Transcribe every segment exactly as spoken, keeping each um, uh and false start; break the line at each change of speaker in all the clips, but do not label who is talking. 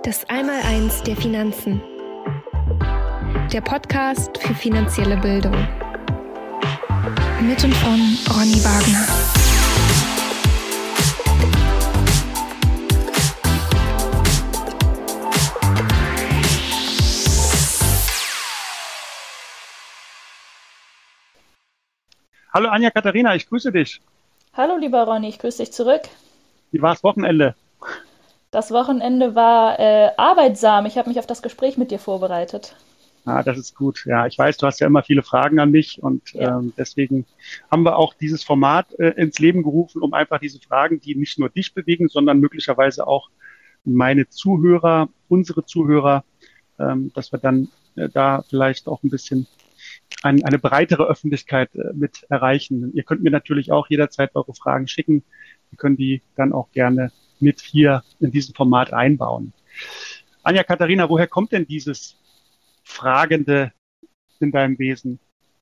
Das Einmaleins der Finanzen. Der Podcast für finanzielle Bildung. Mit und von Ronny Wagner.
Hallo Anja Katharina, ich grüße dich.
Hallo lieber Ronny, ich grüße dich zurück.
Wie war das Wochenende?
Das Wochenende war äh, arbeitsam. Ich habe mich auf das Gespräch mit dir vorbereitet.
Ah, das ist gut. Ja, ich weiß, du hast ja immer viele Fragen an mich und
Ja.
ähm, deswegen haben wir auch dieses Format äh, ins Leben gerufen, um einfach diese Fragen, die nicht nur dich bewegen, sondern möglicherweise auch meine Zuhörer, unsere Zuhörer, ähm, dass wir dann äh, da vielleicht auch ein bisschen ein, eine breitere Öffentlichkeit äh, mit erreichen. Ihr könnt mir natürlich auch jederzeit eure Fragen schicken. Wir können die dann auch gerne mit hier in diesem Format einbauen. Anja Katharina, woher kommt denn dieses Fragende in deinem Wesen?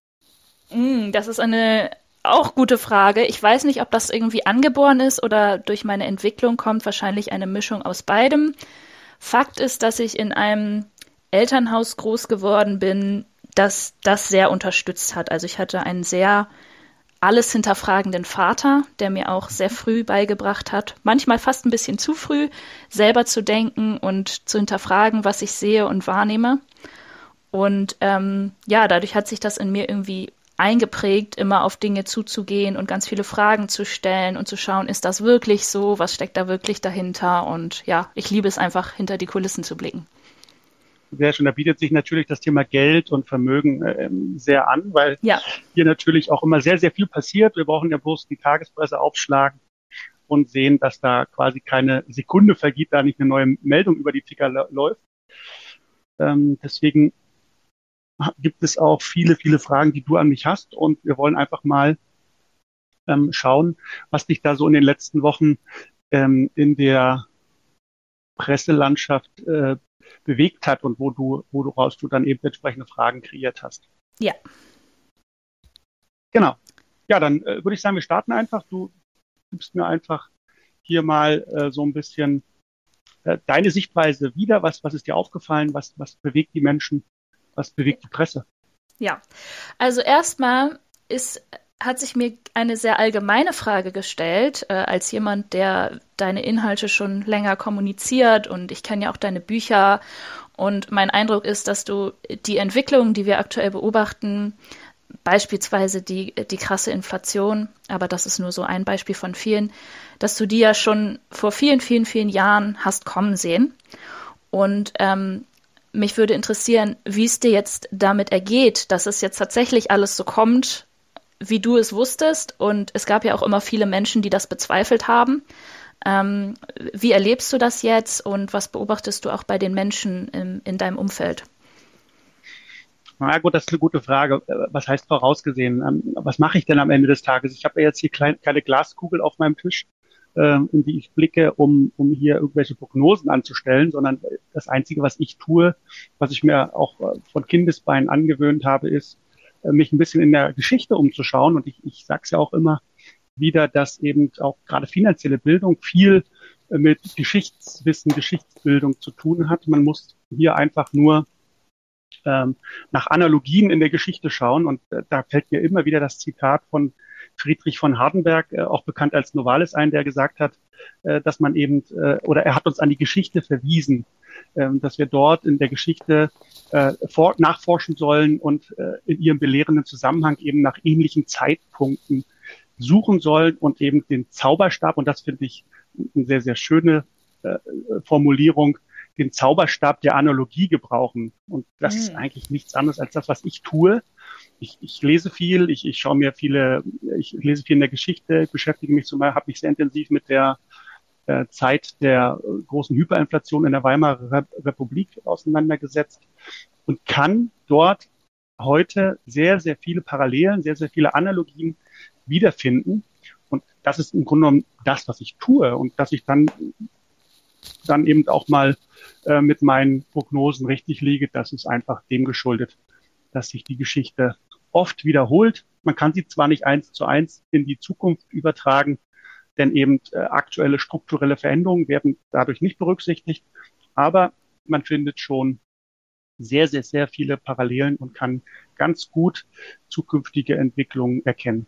Mm, das ist eine auch gute Frage. Ich weiß nicht, ob das irgendwie angeboren ist oder durch meine Entwicklung kommt. Wahrscheinlich eine Mischung aus beidem. Fakt ist, dass ich in einem Elternhaus groß geworden bin, das das sehr unterstützt hat. Also ich hatte einen sehr alles hinterfragenden Vater, der mir auch sehr früh beigebracht hat, manchmal fast ein bisschen zu früh, selber zu denken und zu hinterfragen, was ich sehe und wahrnehme. Und ähm, ja, dadurch hat sich das in mir irgendwie eingeprägt, immer auf Dinge zuzugehen und ganz viele Fragen zu stellen und zu schauen, ist das wirklich so, was steckt da wirklich dahinter? Und ja, ich liebe es einfach, hinter die Kulissen zu blicken.
Sehr schön. Da bietet sich natürlich das Thema Geld und Vermögen ähm, sehr an, weil
Ja.
hier natürlich auch immer sehr, sehr viel passiert. Wir brauchen ja bloß die Tagespresse aufschlagen und sehen, dass da quasi keine Sekunde vergeht, da nicht eine neue Meldung über die Ticker la- läuft. Ähm, deswegen gibt es auch viele, viele Fragen, die du an mich hast. Und wir wollen einfach mal ähm, schauen, was dich da so in den letzten Wochen ähm, in der Presselandschaft äh, bewegt hat und wo du, wo du raus du dann eben entsprechende Fragen kreiert hast.
Ja.
Genau. Ja, dann äh, würde ich sagen, wir starten einfach. Du gibst mir einfach hier mal äh, so ein bisschen äh, deine Sichtweise wieder. Was, was ist dir aufgefallen? Was, was bewegt die Menschen? Was bewegt die Presse?
Ja, also erstmal ist, hat sich mir eine sehr allgemeine Frage gestellt, äh, als jemand, der deine Inhalte schon länger kommuniziert, und ich kenne ja auch deine Bücher, und mein Eindruck ist, dass du die Entwicklung, die wir aktuell beobachten, beispielsweise die, die krasse Inflation, aber das ist nur so ein Beispiel von vielen, dass du die ja schon vor vielen, vielen, vielen Jahren hast kommen sehen. Und ähm, mich würde interessieren, wie es dir jetzt damit ergeht, dass es jetzt tatsächlich alles so kommt, wie du es wusstest. Und es gab ja auch immer viele Menschen, die das bezweifelt haben. Ähm, wie erlebst du das jetzt und was beobachtest du auch bei den Menschen in, in deinem Umfeld?
Na gut, das ist eine gute Frage. Äh, Was heißt vorausgesehen? Ähm, Was mache ich denn am Ende des Tages? Ich habe ja jetzt hier klein, keine Glaskugel auf meinem Tisch, ähm, in die ich blicke, um, um hier irgendwelche Prognosen anzustellen, sondern das Einzige, was ich tue, was ich mir auch äh, von Kindesbeinen angewöhnt habe, ist, äh, mich ein bisschen in der Geschichte umzuschauen. Und ich, ich sage es ja auch immer wieder, dass eben auch gerade finanzielle Bildung viel äh, mit Geschichtswissen, Geschichtsbildung zu tun hat. Man muss hier einfach nur ähm, nach Analogien in der Geschichte schauen. Und äh, da fällt mir immer wieder das Zitat von Friedrich von Hardenberg, äh, auch bekannt als Novalis, ein, der gesagt hat, äh, dass man eben, äh, oder er hat uns an die Geschichte verwiesen, äh, dass wir dort in der Geschichte äh, vor, nachforschen sollen und äh, in ihrem belehrenden Zusammenhang eben nach ähnlichen Zeitpunkten suchen sollen und eben den Zauberstab, und das finde ich eine sehr, sehr schöne äh, Formulierung, den Zauberstab der Analogie gebrauchen. Und das ist
Mhm.
eigentlich nichts anderes als das, was ich tue. Ich, ich lese viel, ich, ich schaue mir viele, ich lese viel in der Geschichte, beschäftige mich zum Beispiel, habe mich sehr intensiv mit der äh, Zeit der äh, großen Hyperinflation in der Weimarer Re- Republik auseinandergesetzt und kann dort heute sehr, sehr viele Parallelen, sehr, sehr viele Analogien wiederfinden. Und das ist im Grunde genommen das, was ich tue, und dass ich dann dann eben auch mal äh, mit meinen Prognosen richtig liege, das ist einfach dem geschuldet, dass sich die Geschichte oft wiederholt. Man kann sie zwar nicht eins zu eins in die Zukunft übertragen, denn eben äh, aktuelle strukturelle Veränderungen werden dadurch nicht berücksichtigt, Aber man findet schon sehr, sehr, sehr viele Parallelen und kann ganz gut zukünftige Entwicklungen erkennen.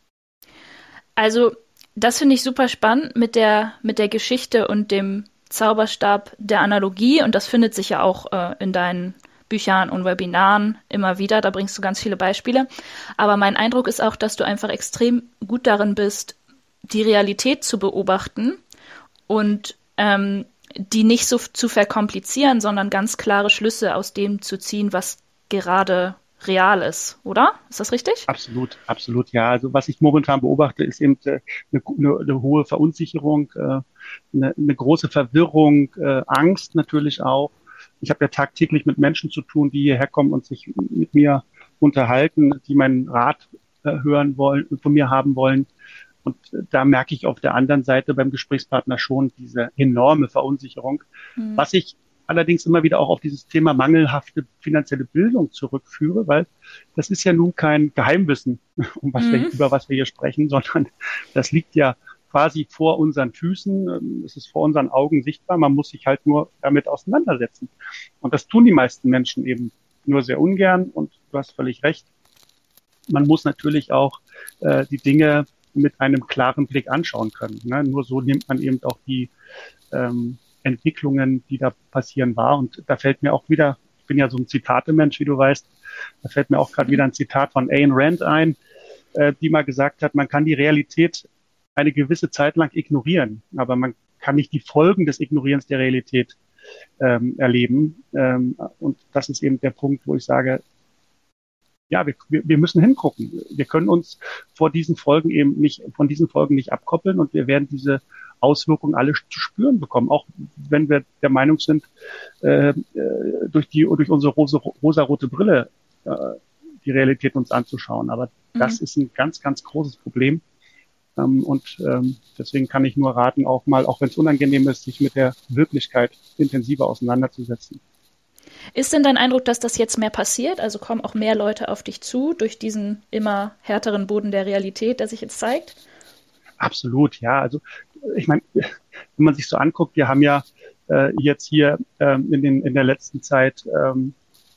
Also das finde ich super spannend mit der, mit der Geschichte und dem Zauberstab der Analogie. Und das findet sich ja auch äh, in deinen Büchern und Webinaren immer wieder. Da bringst du ganz viele Beispiele. Aber mein Eindruck ist auch, dass du einfach extrem gut darin bist, die Realität zu beobachten und ähm, die nicht so zu verkomplizieren, sondern ganz klare Schlüsse aus dem zu ziehen, was gerade real ist, oder? Ist das richtig?
Absolut, absolut, ja. Also was ich momentan beobachte, ist eben äh, eine, eine, eine hohe Verunsicherung, äh, eine, eine große Verwirrung, äh, Angst natürlich auch. Ich habe ja tagtäglich mit Menschen zu tun, die hierher kommen und sich mit mir unterhalten, die meinen Rat äh, hören wollen, von mir haben wollen. Und da merke ich auf der anderen Seite beim Gesprächspartner schon diese enorme Verunsicherung, mhm. was ich allerdings immer wieder auch auf dieses Thema mangelhafte finanzielle Bildung zurückführe, weil das ist ja nun kein Geheimwissen, um was mhm. wir, über was wir hier sprechen, sondern das liegt ja quasi vor unseren Füßen, es ist vor unseren Augen sichtbar, man muss sich halt nur damit auseinandersetzen. Und das tun die meisten Menschen eben nur sehr ungern und du hast völlig recht. Man muss natürlich auch äh, die Dinge mit einem klaren Blick anschauen können. Ne? Nur so nimmt man eben auch die ähm, Entwicklungen, die da passieren, wahr. Und da fällt mir auch wieder, ich bin ja so ein Zitatemensch, wie du weißt, da fällt mir auch gerade wieder ein Zitat von Ayn Rand ein, äh, die mal gesagt hat, man kann die Realität eine gewisse Zeit lang ignorieren, aber man kann nicht die Folgen des Ignorierens der Realität ähm, erleben. Ähm, und das ist eben der Punkt, wo ich sage, ja, wir, wir müssen hingucken. Wir können uns vor diesen Folgen eben nicht, von diesen Folgen nicht abkoppeln und wir werden diese Auswirkungen alle zu spüren bekommen, auch wenn wir der Meinung sind, äh, durch die, durch unsere rosa, rosarote Brille äh, die Realität uns anzuschauen. Aber mhm. das ist ein ganz, ganz großes Problem. Ähm, und ähm, deswegen kann ich nur raten, auch mal, auch wenn es unangenehm ist, sich mit der Wirklichkeit intensiver auseinanderzusetzen.
Ist denn dein Eindruck, dass das jetzt mehr passiert? Also kommen auch mehr Leute auf dich zu durch diesen immer härteren Boden der Realität, der sich jetzt zeigt?
Absolut, ja. Also ich meine, wenn man sich so anguckt, wir haben ja äh, jetzt hier ähm, in, den, in der letzten Zeit ähm,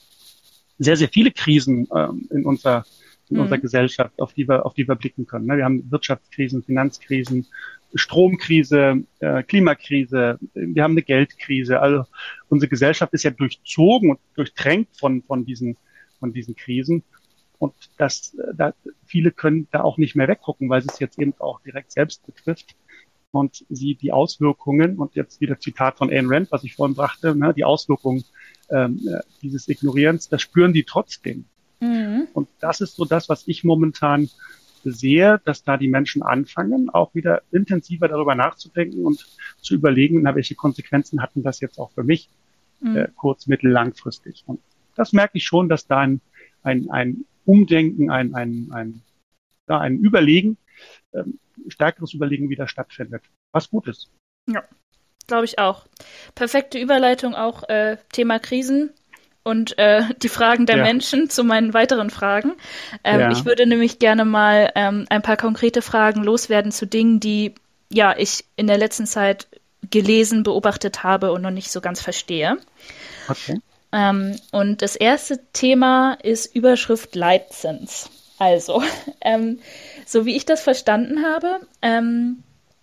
sehr, sehr viele Krisen ähm, in unserer in mhm. unserer Gesellschaft, auf die wir auf die wir blicken können. Ne? Wir haben Wirtschaftskrisen, Finanzkrisen, Stromkrise, äh, Klimakrise, wir haben eine Geldkrise. Also unsere Gesellschaft ist ja durchzogen und durchtränkt von von diesen von diesen Krisen. Und das, da, viele können da auch nicht mehr weggucken, weil es jetzt eben auch direkt selbst betrifft und sie die Auswirkungen, und jetzt wieder Zitat von Ayn Rand, was ich vorhin brachte, ne, die Auswirkungen ähm, dieses Ignorierens, das spüren die trotzdem. Mhm. Und das ist so das, was ich momentan sehe, dass da die Menschen anfangen, auch wieder intensiver darüber nachzudenken und zu überlegen, na, welche Konsequenzen hatten das jetzt auch für mich, mhm. äh, kurz-, mittel-, langfristig. Und das merke ich schon, dass da ein, ein, ein Umdenken, ein, ein, ein, ja, ein Überlegen, ähm, stärkeres Überlegen wieder stattfindet. Was gut ist.
Ja, glaube ich auch. Perfekte Überleitung auch äh, Thema Krisen und äh, die Fragen der ja. Menschen zu meinen weiteren Fragen. Ähm, ja. Ich würde nämlich gerne mal ähm, ein paar konkrete Fragen loswerden zu Dingen, die ja ich in der letzten Zeit gelesen, beobachtet habe und noch nicht so ganz verstehe.
Okay.
Ähm, und das erste Thema ist Überschrift Leitzins. Also, ähm, so wie ich das verstanden habe, ähm,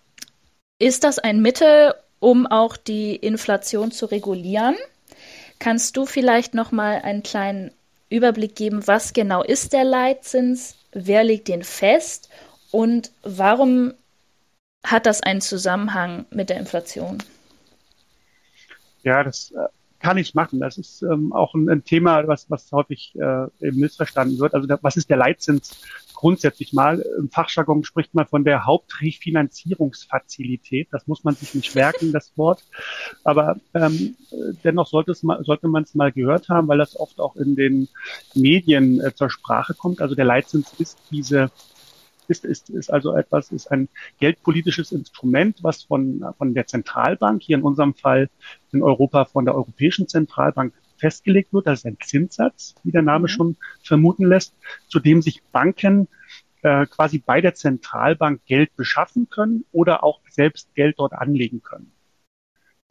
ist das ein Mittel, um auch die Inflation zu regulieren. Kannst du vielleicht noch mal einen kleinen Überblick geben, was genau ist der Leitzins, wer legt den fest und warum hat das einen Zusammenhang mit der Inflation?
Ja, das äh kann ich machen. Das ist ähm, auch ein, ein Thema, was, was häufig äh, eben missverstanden wird. Also der, was ist der Leitzins grundsätzlich mal? Im Fachjargon spricht man von der Hauptrefinanzierungsfazilität. Das muss man sich nicht merken, das Wort. Aber ähm, dennoch sollte, es mal, sollte man es mal gehört haben, weil das oft auch in den Medien äh, zur Sprache kommt. Also der Leitzins ist diese Ist, ist, ist also etwas, ist ein geldpolitisches Instrument, was von, von der Zentralbank, hier in unserem Fall in Europa von der Europäischen Zentralbank festgelegt wird. Das ist ein Zinssatz, wie der Name mhm. schon vermuten lässt, zu dem sich Banken äh, quasi bei der Zentralbank Geld beschaffen können oder auch selbst Geld dort anlegen können.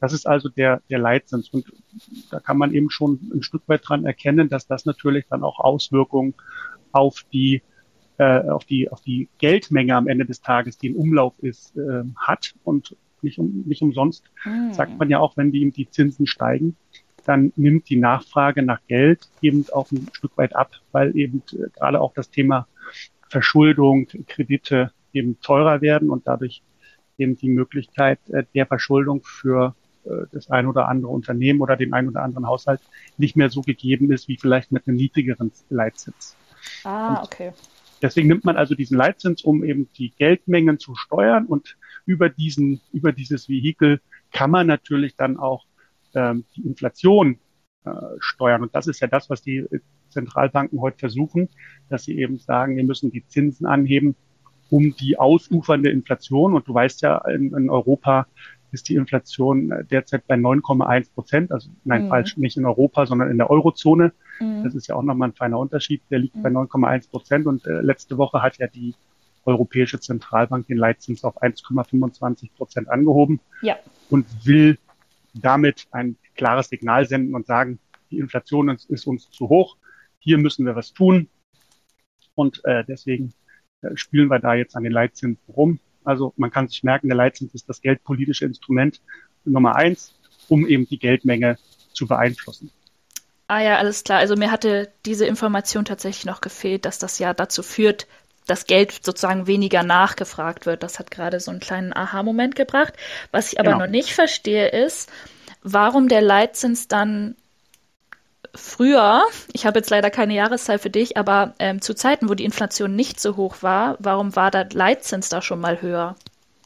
Das ist also der, der Leitzins. Und da kann man eben schon ein Stück weit dran erkennen, dass das natürlich dann auch Auswirkungen auf die, äh, auf die, auf die Geldmenge am Ende des Tages, die im Umlauf ist, äh, hat. Und nicht, um, nicht umsonst mm. sagt man ja auch, wenn die, die Zinsen steigen, dann nimmt die Nachfrage nach Geld eben auch ein Stück weit ab, weil eben äh, gerade auch das Thema Verschuldung, Kredite eben teurer werden und dadurch eben die Möglichkeit äh, der Verschuldung für äh, das ein oder andere Unternehmen oder den ein oder anderen Haushalt nicht mehr so gegeben ist, wie vielleicht mit einem niedrigeren Leitzins.
Ah, okay.
Und deswegen nimmt man also diesen Leitzins, um eben die Geldmengen zu steuern, und über diesen, über dieses Vehikel kann man natürlich dann auch ähm, die Inflation äh, steuern. Und das ist ja das, was die Zentralbanken heute versuchen, dass sie eben sagen, wir müssen die Zinsen anheben, um die ausufernde Inflation. Und du weißt ja, in, in Europa ist die Inflation derzeit bei neun Komma eins Prozent. Also nein, mhm. falsch, nicht in Europa, sondern in der Eurozone. Mhm. Das ist ja auch nochmal ein feiner Unterschied. Der liegt mhm. bei neun Komma eins Prozent. Und äh, letzte Woche hat ja die Europäische Zentralbank den Leitzins auf eins Komma fünfundzwanzig Prozent angehoben
ja.
und will damit ein klares Signal senden und sagen, die Inflation ist, ist uns zu hoch. Hier müssen wir was tun. Und äh, deswegen äh, spielen wir da jetzt an den Leitzinsen rum. Also man kann sich merken, der Leitzins ist das geldpolitische Instrument Nummer eins, um eben die Geldmenge zu beeinflussen.
Ah ja, alles klar. Also mir hatte diese Information tatsächlich noch gefehlt, dass das ja dazu führt, dass Geld sozusagen weniger nachgefragt wird. Das hat gerade so einen kleinen Aha-Moment gebracht. Was ich aber genau. noch nicht verstehe ist, warum der Leitzins dann früher, ich habe jetzt leider keine Jahreszahl für dich, aber ähm, zu Zeiten, wo die Inflation nicht so hoch war, warum war der Leitzins da schon mal höher?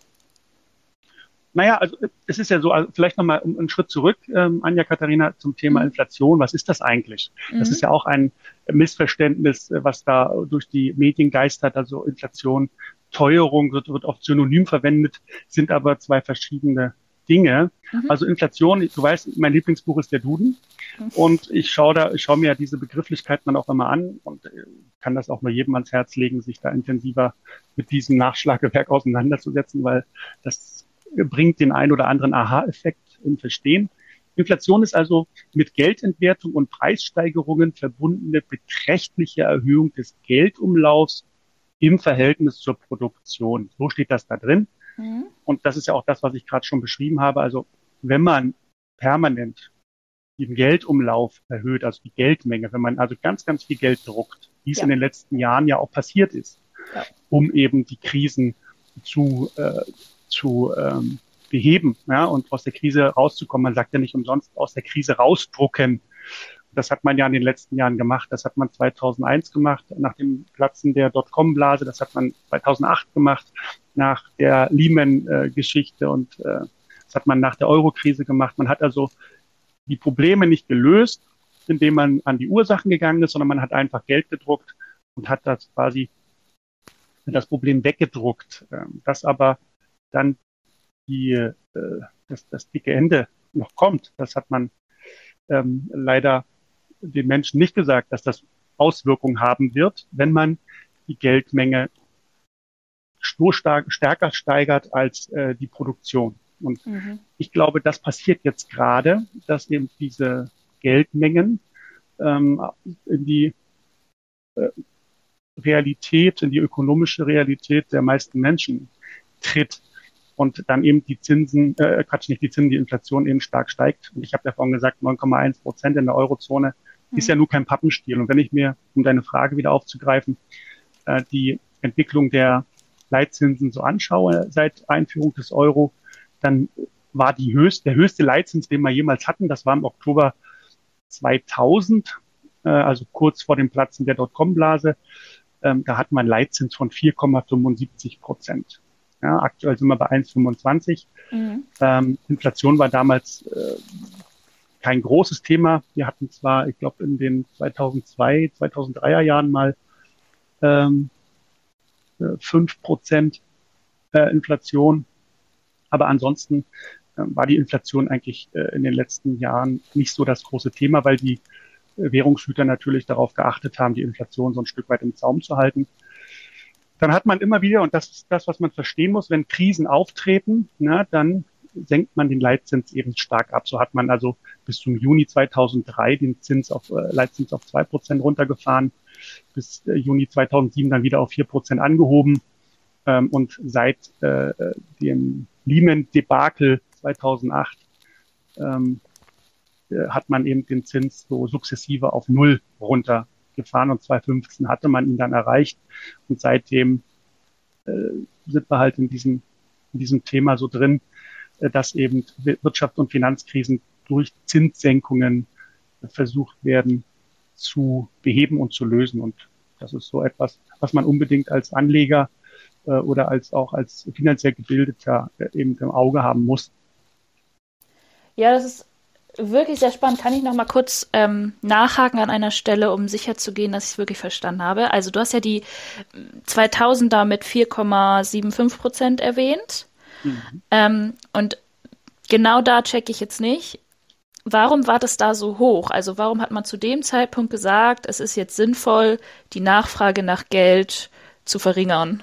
Naja, also es ist ja so, also vielleicht nochmal einen Schritt zurück, ähm, Anja Katharina, zum Thema mhm. Inflation. Was ist das eigentlich? Mhm. Das ist ja auch ein Missverständnis, was da durch die Medien geistert. Also Inflation, Teuerung wird, wird oft synonym verwendet, sind aber zwei verschiedene Dinge. Mhm. Also Inflation, du weißt, mein Lieblingsbuch ist der Duden. Mhm. Und ich schaue da, ich schaue mir ja diese Begrifflichkeiten dann auch immer an und kann das auch mal jedem ans Herz legen, sich da intensiver mit diesem Nachschlagewerk auseinanderzusetzen, weil das bringt den ein oder anderen Aha-Effekt im Verstehen. Inflation ist also mit Geldentwertung und Preissteigerungen verbundene beträchtliche Erhöhung des Geldumlaufs im Verhältnis zur Produktion. So steht das da drin. Mhm. Und das ist ja auch das, was ich gerade schon beschrieben habe. Also wenn man permanent den Geldumlauf erhöht, also die Geldmenge, wenn man also ganz, ganz viel Geld druckt, wie es ja. in den letzten Jahren ja auch passiert ist, ja. um eben die Krisen zu äh, zu ähm, beheben, ja, und aus der Krise rauszukommen. Man sagt ja nicht umsonst, aus der Krise rausdrucken. Das hat man ja in den letzten Jahren gemacht. Das hat man zweitausendeins gemacht, nach dem Platzen der Dotcom-Blase. Das hat man zweitausendacht gemacht, nach der Lehman-Geschichte. Und äh, das hat man nach der Euro-Krise gemacht. Man hat also die Probleme nicht gelöst, indem man an die Ursachen gegangen ist, sondern man hat einfach Geld gedruckt und hat das quasi das Problem weggedruckt. Ähm, das aber dann die, äh, das, das dicke Ende noch kommt. Das hat man ähm, leider den Menschen nicht gesagt, dass das Auswirkungen haben wird, wenn man die Geldmenge so stark, stärker steigert als äh, die Produktion. Und mhm. ich glaube, das passiert jetzt gerade, dass eben diese Geldmengen ähm, in die äh, Realität, in die ökonomische Realität der meisten Menschen tritt. Und dann eben die Zinsen, äh, Quatsch, nicht die Zinsen, die Inflation eben stark steigt. Und ich habe ja vorhin gesagt, neun Komma eins Prozent in der Eurozone mhm. ist ja nur kein Pappenstiel. Und wenn ich mir, um deine Frage wieder aufzugreifen, äh, die Entwicklung der Leitzinsen so anschaue seit Einführung des Euro, dann war die höchste, der höchste Leitzins, den wir jemals hatten, das war im Oktober zweitausend, äh, also kurz vor dem Platzen der Dotcom-Blase. Ähm, da hatten wir einen Leitzins von vier Komma fünfundsiebzig Prozent. Ja, aktuell sind wir bei eins Komma fünfundzwanzig. Mhm. Ähm, Inflation war damals äh, kein großes Thema. Wir hatten zwar, ich glaube, in den zweitausendzwei, zweitausenddreier Jahren mal ähm, fünf Prozent äh, Inflation. Aber ansonsten äh, war die Inflation eigentlich äh, in den letzten Jahren nicht so das große Thema, weil die äh, Währungshüter natürlich darauf geachtet haben, die Inflation so ein Stück weit im Zaum zu halten. Dann hat man immer wieder, und das ist das, was man verstehen muss, wenn Krisen auftreten, na, dann senkt man den Leitzins eben stark ab. So hat man also bis zum Juni zweitausenddrei den Zins auf, äh, Leitzins auf zwei Prozent runtergefahren, bis äh, Juni zweitausendsieben dann wieder auf vier Prozent angehoben. Ähm, und seit äh, dem Lehman-Debakel zweitausendacht ähm, äh, hat man eben den Zins so sukzessive auf null runtergefahren und zweitausendfünfzehn hatte man ihn dann erreicht. Und seitdem äh, sind wir halt in diesem, in diesem Thema so drin, äh, dass eben Wirtschafts- und Finanzkrisen durch Zinssenkungen äh, versucht werden zu beheben und zu lösen. Und das ist so etwas, was man unbedingt als Anleger äh, oder als auch als finanziell Gebildeter äh, eben im Auge haben muss.
Ja, das ist wirklich sehr spannend. Kann ich noch mal kurz ähm, nachhaken an einer Stelle, um sicherzugehen, dass ich es wirklich verstanden habe? Also du hast ja die zweitausender mit vier Komma fünfundsiebzig Prozent erwähnt. Mhm. Ähm, und genau da checke ich jetzt nicht. Warum war das da so hoch? Also warum hat man zu dem Zeitpunkt gesagt, es ist jetzt sinnvoll, die Nachfrage nach Geld zu verringern?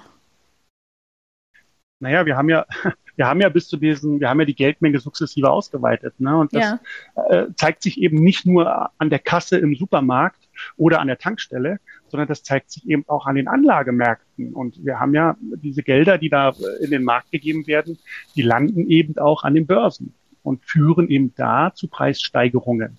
Naja, wir haben ja, wir haben ja bis zu diesen, wir haben ja die Geldmenge sukzessive ausgeweitet, ne? Und das ja. äh, zeigt sich eben nicht nur an der Kasse im Supermarkt oder an der Tankstelle, sondern das zeigt sich eben auch an den Anlagemärkten. Und wir haben ja diese Gelder, die da in den Markt gegeben werden, die landen eben auch an den Börsen und führen eben da zu Preissteigerungen.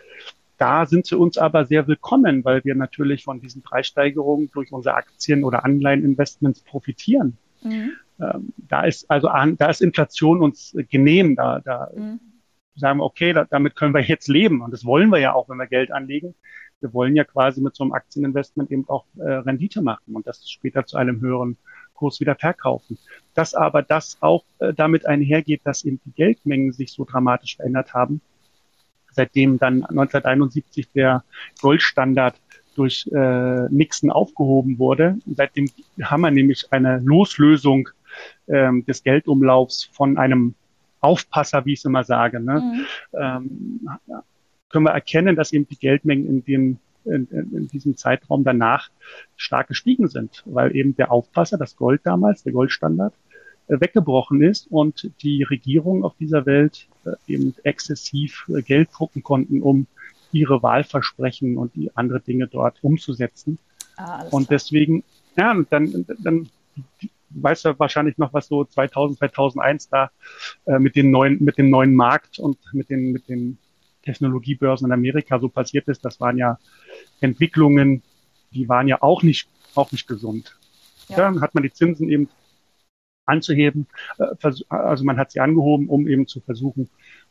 Da sind sie uns aber sehr willkommen, weil wir natürlich von diesen Preissteigerungen durch unsere Aktien- oder Anleiheninvestments profitieren. Mhm. Ähm, da ist also an, da ist Inflation uns genehm. Da, da mhm. sagen wir, okay, da, damit können wir jetzt leben. Und das wollen wir ja auch, wenn wir Geld anlegen. Wir wollen ja quasi mit so einem Aktieninvestment eben auch äh, Rendite machen und das später zu einem höheren Kurs wieder verkaufen. Dass aber das auch äh, damit einhergeht, dass eben die Geldmengen sich so dramatisch verändert haben, seitdem dann neunzehnhunderteinundsiebzig der Goldstandard durch äh, Nixon aufgehoben wurde. Seitdem haben wir nämlich eine Loslösung ähm, des Geldumlaufs von einem Aufpasser, wie ich es immer sage. Ne? Mhm. Ähm, können wir erkennen, dass eben die Geldmengen in dem in, in, in diesem Zeitraum danach stark gestiegen sind, weil eben der Aufpasser, das Gold damals, der Goldstandard, äh, weggebrochen ist und die Regierungen auf dieser Welt äh, eben exzessiv äh, Geld drucken konnten, um ihre Wahlversprechen und die andere Dinge dort umzusetzen. Ah, und klar. Deswegen, ja, und dann, dann weißt du wahrscheinlich noch, was so zweitausend, zweitausendeins da äh, mit den neuen, mit dem neuen Markt und mit den, mit den Technologiebörsen in Amerika so passiert ist. Das waren ja Entwicklungen, die waren ja auch nicht, auch nicht gesund. Ja. Dann hat man die Zinsen eben anzuheben, äh, also man hat sie angehoben, um eben zu versuchen,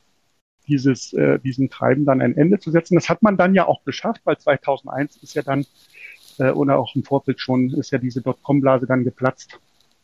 dieses, äh, diesem Treiben dann ein Ende zu setzen. Das hat man dann ja auch geschafft, weil zweitausendeins ist ja dann, äh, oder auch im Vorfeld schon, ist ja diese Dotcom-Blase dann geplatzt.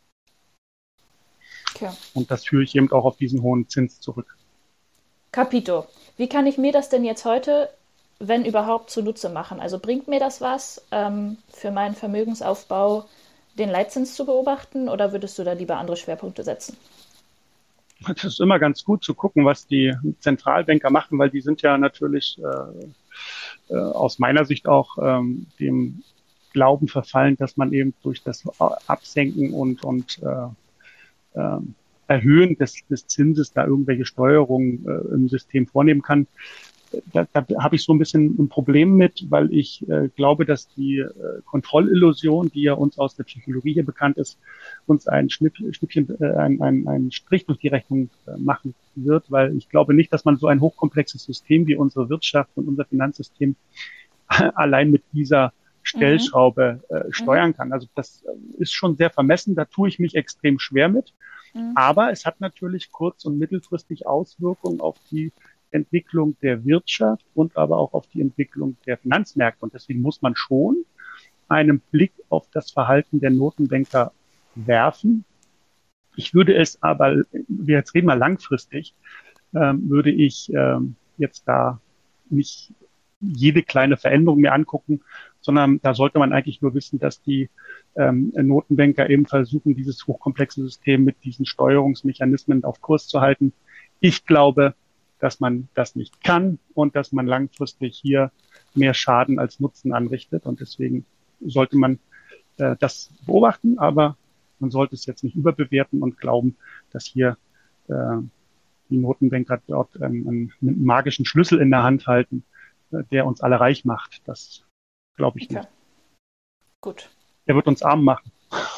Okay. Und das führe ich eben auch auf diesen hohen Zins zurück.
Capito, wie kann ich mir das denn jetzt heute, wenn überhaupt, zunutze machen? Also bringt mir das was, ähm, für meinen Vermögensaufbau den Leitzins zu beobachten, oder würdest du da lieber andere Schwerpunkte setzen?
Das ist immer ganz gut zu gucken, was die Zentralbanker machen, weil die sind ja natürlich äh, äh, aus meiner Sicht auch ähm, dem Glauben verfallen, dass man eben durch das Absenken und, und äh, äh, Erhöhen des, des Zinses da irgendwelche Steuerungen äh, im System vornehmen kann. Da, da habe ich so ein bisschen ein Problem mit, weil ich äh, glaube, dass die äh, Kontrollillusion, die ja uns aus der Psychologie hier bekannt ist, uns ein Schnipp, Schnippchen, äh, ein, ein, ein Strich durch die Rechnung äh, machen wird, weil ich glaube nicht, dass man so ein hochkomplexes System wie unsere Wirtschaft und unser Finanzsystem allein mit dieser Stellschraube äh, steuern kann. Also das ist schon sehr vermessen, da tue ich mich extrem schwer mit. Mhm. Aber es hat natürlich kurz- und mittelfristig Auswirkungen auf die Entwicklung der Wirtschaft und aber auch auf die Entwicklung der Finanzmärkte. Und deswegen muss man schon einen Blick auf das Verhalten der Notenbanker werfen. Ich würde es aber, wir jetzt reden mal langfristig, ähm, würde ich ähm, jetzt da nicht jede kleine Veränderung mehr angucken, sondern da sollte man eigentlich nur wissen, dass die ähm, Notenbanker eben versuchen, dieses hochkomplexe System mit diesen Steuerungsmechanismen auf Kurs zu halten. Ich glaube, dass man das nicht kann und dass man langfristig hier mehr Schaden als Nutzen anrichtet. Und deswegen sollte man äh, das beobachten, aber man sollte es jetzt nicht überbewerten und glauben, dass hier äh, die Notenbanker dort einen, einen magischen Schlüssel in der Hand halten, äh, der uns alle reich macht. Das glaube ich
Okay.
nicht.
Gut.
Der wird uns arm machen.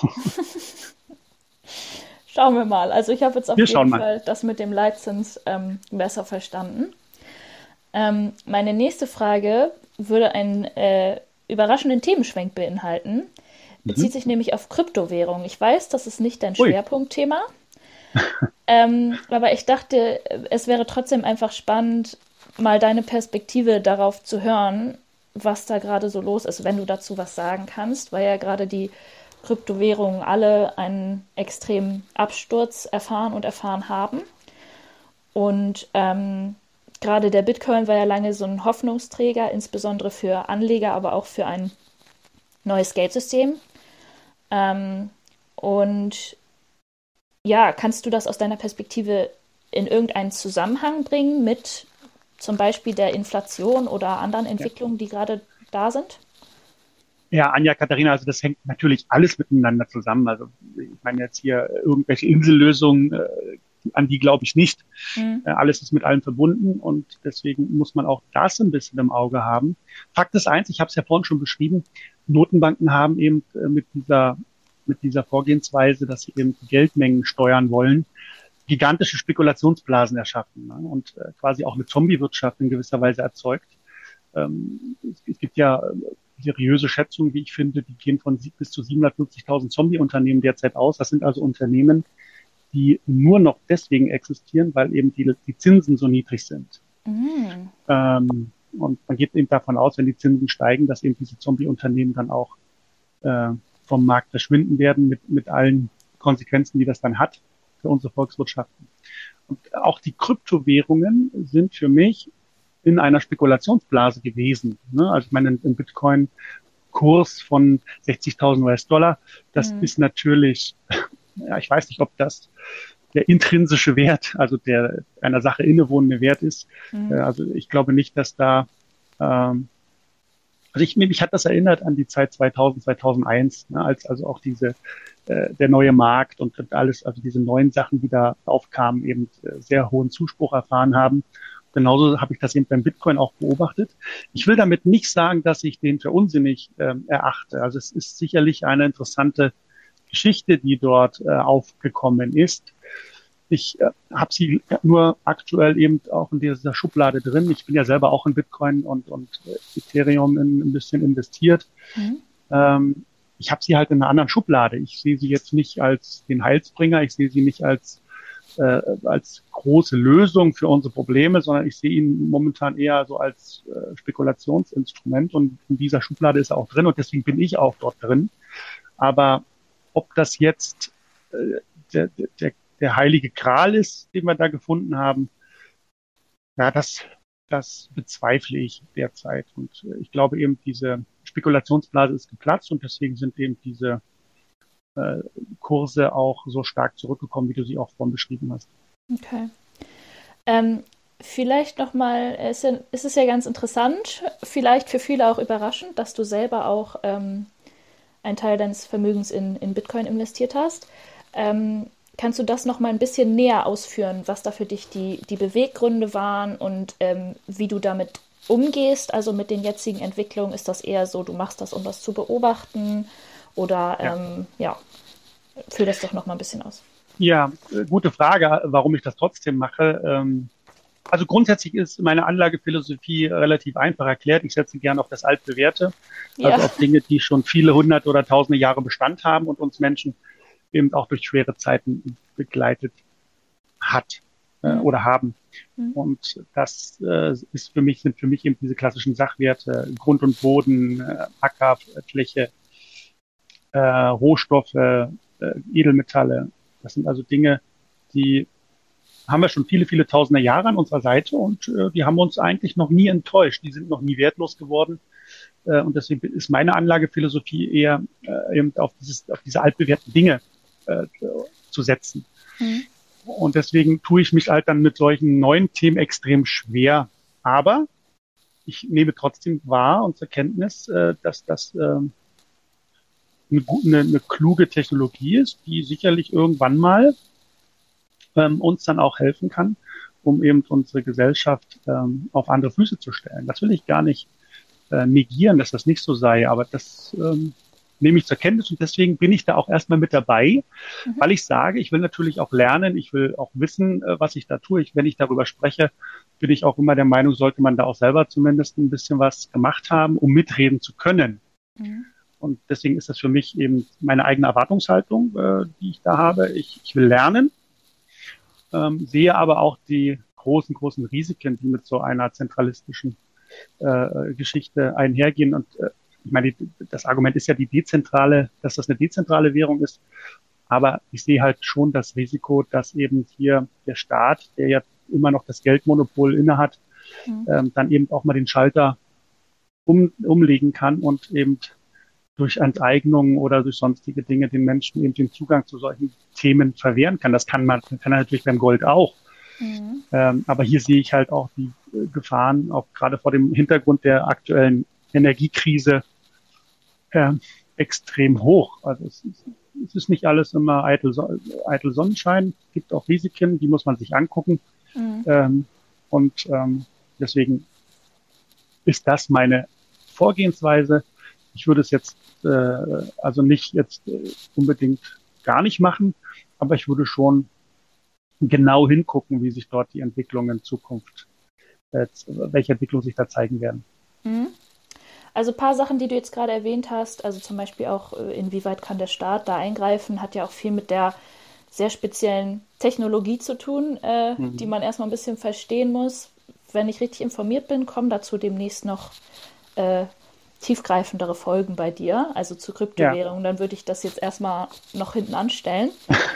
Schauen wir mal. Also ich habe jetzt auf
Wir
jeden
schauen mal.
Fall das mit dem Leitzins ähm, besser verstanden. Ähm, meine nächste Frage würde einen äh, überraschenden Themenschwenk beinhalten. Bezieht
Mhm.
sich nämlich auf Kryptowährung. Ich weiß, das ist nicht dein
Ui.
Schwerpunktthema, ähm, aber ich dachte, es wäre trotzdem einfach spannend, mal deine Perspektive darauf zu hören, was da gerade so los ist, wenn du dazu was sagen kannst, weil ja gerade die Kryptowährungen alle einen extremen Absturz erfahren und erfahren haben. Und ähm, gerade der Bitcoin war ja lange so ein Hoffnungsträger, insbesondere für Anleger, aber auch für ein neues Geldsystem. Ähm, und ja, kannst du das aus deiner Perspektive in irgendeinen Zusammenhang bringen mit zum Beispiel der Inflation oder anderen
Ja.
Entwicklungen, die gerade da sind?
Ja, Anja, Katharina, also das hängt natürlich alles miteinander zusammen. Also ich meine jetzt hier irgendwelche Insellösungen, äh, an die glaube ich nicht.
Mhm.
Äh, alles ist mit allem verbunden und deswegen muss man auch das ein bisschen im Auge haben. Fakt ist eins, ich habe es ja vorhin schon beschrieben, Notenbanken haben eben äh, mit dieser mit dieser Vorgehensweise, dass sie eben die Geldmengen steuern wollen, gigantische Spekulationsblasen erschaffen, ne? Und äh, quasi auch eine Zombie-Wirtschaft in gewisser Weise erzeugt. Ähm, es, es gibt ja äh, seriöse Schätzungen, wie ich finde, die gehen von sie- bis zu siebenhundertfünfzigtausend Zombie-Unternehmen derzeit aus. Das sind also Unternehmen, die nur noch deswegen existieren, weil eben die, die Zinsen so niedrig sind.
Mhm.
Ähm, und man geht eben davon aus, wenn die Zinsen steigen, dass eben diese Zombie-Unternehmen dann auch äh, vom Markt verschwinden werden mit, mit allen Konsequenzen, die das dann hat für unsere Volkswirtschaften. Und auch die Kryptowährungen sind für mich in einer Spekulationsblase gewesen. Ne? Also ich meine, ein Bitcoin-Kurs von sechzigtausend US-Dollar, das
Mhm.
ist natürlich, ja, ich weiß nicht, ob das der intrinsische Wert, also der einer Sache innewohnende Wert ist.
Mhm.
Äh, Also ich glaube nicht, dass da, ähm, also ich, mich hat das erinnert an die Zeit zweitausend, zweitausendeins, ne, als also auch diese, äh, der neue Markt und alles, also diese neuen Sachen, die da aufkamen, eben äh, sehr hohen Zuspruch erfahren haben. Genauso habe ich das eben beim Bitcoin auch beobachtet. Ich will damit nicht sagen, dass ich den für unsinnig ähm, erachte. Also es ist sicherlich eine interessante Geschichte, die dort äh, aufgekommen ist. Ich äh, habe sie nur aktuell eben auch in dieser Schublade drin. Ich bin ja selber auch in Bitcoin und, und äh, Ethereum in, ein bisschen investiert.
Mhm.
Ähm, ich habe sie halt in einer anderen Schublade. Ich sehe sie jetzt nicht als den Heilsbringer. Ich sehe sie nicht als äh, als große Lösung für unsere Probleme, sondern ich sehe ihn momentan eher so als äh, Spekulationsinstrument. Und in dieser Schublade ist er auch drin und deswegen bin ich auch dort drin. Aber ob das jetzt äh, der, der, der heilige Gral ist, den wir da gefunden haben, ja, das, das bezweifle ich derzeit. Und äh, ich glaube eben, diese Spekulationsblase ist geplatzt und deswegen sind eben diese äh, Kurse auch so stark zurückgekommen, wie du sie auch vorhin beschrieben hast.
Okay. Ähm, vielleicht nochmal, es ist ja- es ist ja ganz interessant, vielleicht für viele auch überraschend, dass du selber auch ähm, einen Teil deines Vermögens in, in Bitcoin investiert hast. Ähm, kannst du das nochmal ein bisschen näher ausführen, was da für dich die, die Beweggründe waren und ähm, wie du damit umgehst? Also mit den jetzigen Entwicklungen, ist das eher so, du machst das, um das zu beobachten? Oder
Ja.
ähm, ja, führ das doch nochmal ein bisschen aus.
Ja, äh, gute Frage, warum ich das trotzdem mache. Ähm, also grundsätzlich ist meine Anlagephilosophie relativ einfach erklärt. Ich setze gerne auf das Altbewährte, also
Ja.
auf Dinge, die schon viele hundert oder tausende Jahre Bestand haben und uns Menschen eben auch durch schwere Zeiten begleitet hat äh,
Mhm.
oder haben.
Mhm.
Und das äh, ist für mich, sind für mich eben diese klassischen Sachwerte, Grund und Boden, äh, Ackerfläche, äh, Rohstoffe, äh, Edelmetalle. Das sind also Dinge, die haben wir schon viele, viele tausende Jahre an unserer Seite und äh, die haben uns eigentlich noch nie enttäuscht. Die sind noch nie wertlos geworden. Äh, und deswegen ist meine Anlagephilosophie eher äh, eben auf, dieses, auf diese altbewährten Dinge äh, zu setzen.
Mhm.
Und deswegen tue ich mich halt dann mit solchen neuen Themen extrem schwer. Aber ich nehme trotzdem wahr und zur Kenntnis, äh, dass das äh, eine, eine, eine kluge Technologie ist, die sicherlich irgendwann mal ähm, uns dann auch helfen kann. um eben unsere Gesellschaft ähm, auf andere Füße zu stellen. Das will ich gar nicht äh, negieren, dass das nicht so sei, aber das ähm, nehme ich zur Kenntnis und deswegen bin ich da auch erstmal mit dabei, mhm. weil ich sage, ich will natürlich auch lernen, ich will auch wissen, äh, was ich da tue. Ich, wenn ich darüber spreche, bin ich auch immer der Meinung, sollte man da auch selber zumindest ein bisschen was gemacht haben, um mitreden zu können. Mhm. Und deswegen ist das für mich eben meine eigene Erwartungshaltung, äh, die ich da habe. Ich, ich will lernen, ähm, sehe aber auch die großen, großen Risiken, die mit so einer zentralistischen äh, Geschichte einhergehen. Und äh, ich meine, die, das Argument ist ja die dezentrale, dass das eine dezentrale Währung ist. Aber ich sehe halt schon das Risiko, dass eben hier der Staat, der ja immer noch das Geldmonopol innehat, mhm. ähm, dann eben auch mal den Schalter um, umlegen kann und eben durch Enteignungen oder durch sonstige Dinge den Menschen eben den Zugang zu solchen Themen verwehren kann. Das kann man, kann er natürlich beim Gold auch. Mhm. Ähm, aber hier sehe ich halt auch die äh, Gefahren, auch gerade vor dem Hintergrund der aktuellen Energiekrise, äh, extrem hoch. Also es ist, es ist nicht alles immer eitel, eitel Sonnenschein. Es gibt auch Risiken, die muss man sich angucken. Mhm. Ähm, und ähm, deswegen ist das meine Vorgehensweise. Ich würde es jetzt äh, also nicht jetzt äh, unbedingt gar nicht machen, aber ich würde schon genau hingucken, wie sich dort die Entwicklungen in Zukunft, äh, welche Entwicklungen sich da zeigen werden.
Mhm. Also ein paar Sachen, die du jetzt gerade erwähnt hast, also zum Beispiel auch, inwieweit kann der Staat da eingreifen, hat ja auch viel mit der sehr speziellen Technologie zu tun, äh, mhm. die man erstmal ein bisschen verstehen muss. Wenn ich richtig informiert bin, kommen dazu demnächst noch äh, tiefgreifendere Folgen bei dir, also zu Kryptowährungen, ja. Dann würde ich das jetzt erstmal noch hinten anstellen.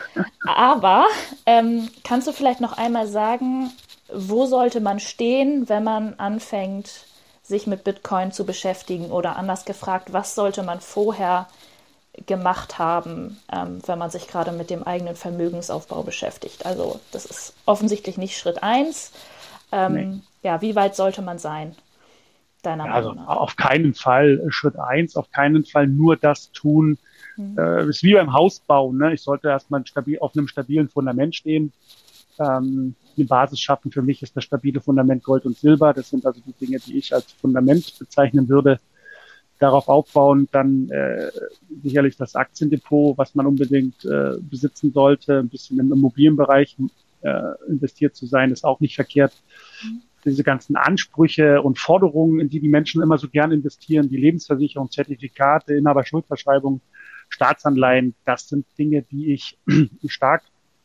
Aber ähm, kannst du vielleicht noch einmal sagen, wo sollte man stehen, wenn man anfängt, sich mit Bitcoin zu beschäftigen, oder anders gefragt, was sollte man vorher gemacht haben, ähm, wenn man sich gerade mit dem eigenen Vermögensaufbau beschäftigt? Also das ist offensichtlich nicht Schritt eins. Ähm, nee. Ja, wie weit sollte man sein? Deiner ja,
also auf keinen Fall Schritt eins, auf keinen Fall nur das tun. Mhm. Äh, ist wie beim Hausbau, ne? Ich sollte erstmal stabil, auf einem stabilen Fundament stehen. Ähm, die Basis schaffen. Für mich ist das stabile Fundament Gold und Silber. Das sind also die Dinge, die ich als Fundament bezeichnen würde. Darauf aufbauen, dann äh, sicherlich das Aktiendepot, was man unbedingt äh, besitzen sollte. Ein bisschen im Immobilienbereich äh, investiert zu sein, ist auch nicht verkehrt. Mhm. Diese ganzen Ansprüche und Forderungen, in die die Menschen immer so gern investieren, die Lebensversicherung, Zertifikate, Inhaberschuldverschreibung, Staatsanleihen, das sind Dinge, die ich stark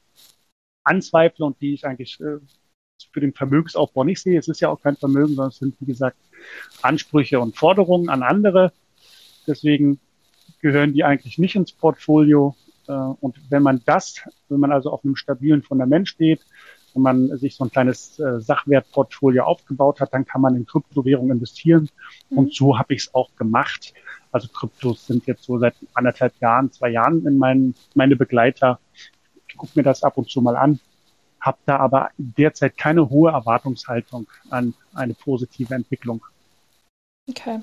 anzweifle und die ich eigentlich äh, für den Vermögensaufbau nicht sehe. Es ist ja auch kein Vermögen, sondern es sind, wie gesagt, Ansprüche und Forderungen an andere. Deswegen gehören die eigentlich nicht ins Portfolio. Äh, und wenn man das, wenn man also auf einem stabilen Fundament steht, wenn man sich so ein kleines äh, Sachwertportfolio aufgebaut hat, dann kann man in Kryptowährungen investieren. Mhm. Und so habe ich es auch gemacht. Also Kryptos sind jetzt so seit anderthalb Jahren, zwei Jahren in meinen, meine Begleiter. Ich gucke mir das ab und zu mal an, habe da aber derzeit keine hohe Erwartungshaltung an eine positive Entwicklung.
Okay.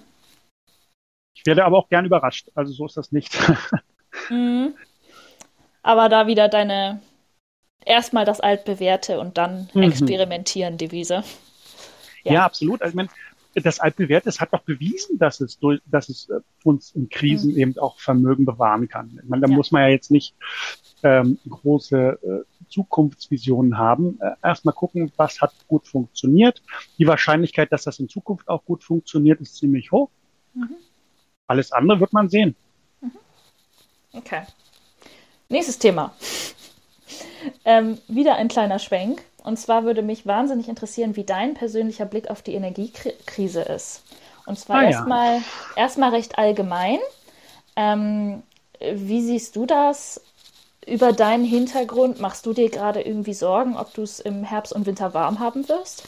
Ich werde aber auch gern überrascht. Also so ist das nicht.
Mhm. Aber da wieder deine erstmal das Altbewährte und dann mhm. experimentieren Devise.
Ja, ja, absolut. Also ich meine, das Altbewährte, es hat doch bewiesen, dass es durch, dass es uns in Krisen mhm. eben auch Vermögen bewahren kann. Ich meine, da ja. muss man ja jetzt nicht ähm, große äh, Zukunftsvisionen haben. Äh, erstmal gucken, was hat gut funktioniert. Die Wahrscheinlichkeit, dass das in Zukunft auch gut funktioniert, ist ziemlich hoch. Mhm. Alles andere wird man sehen.
Mhm. Okay. Nächstes Thema. Ähm, wieder ein kleiner Schwenk. Und zwar würde mich wahnsinnig interessieren, wie dein persönlicher Blick auf die Energiekrise ist. Und zwar ah, erstmal ja. erstmal recht allgemein. Ähm, wie siehst du das über deinen Hintergrund? Machst du dir gerade irgendwie Sorgen, ob du es im Herbst und Winter warm haben wirst?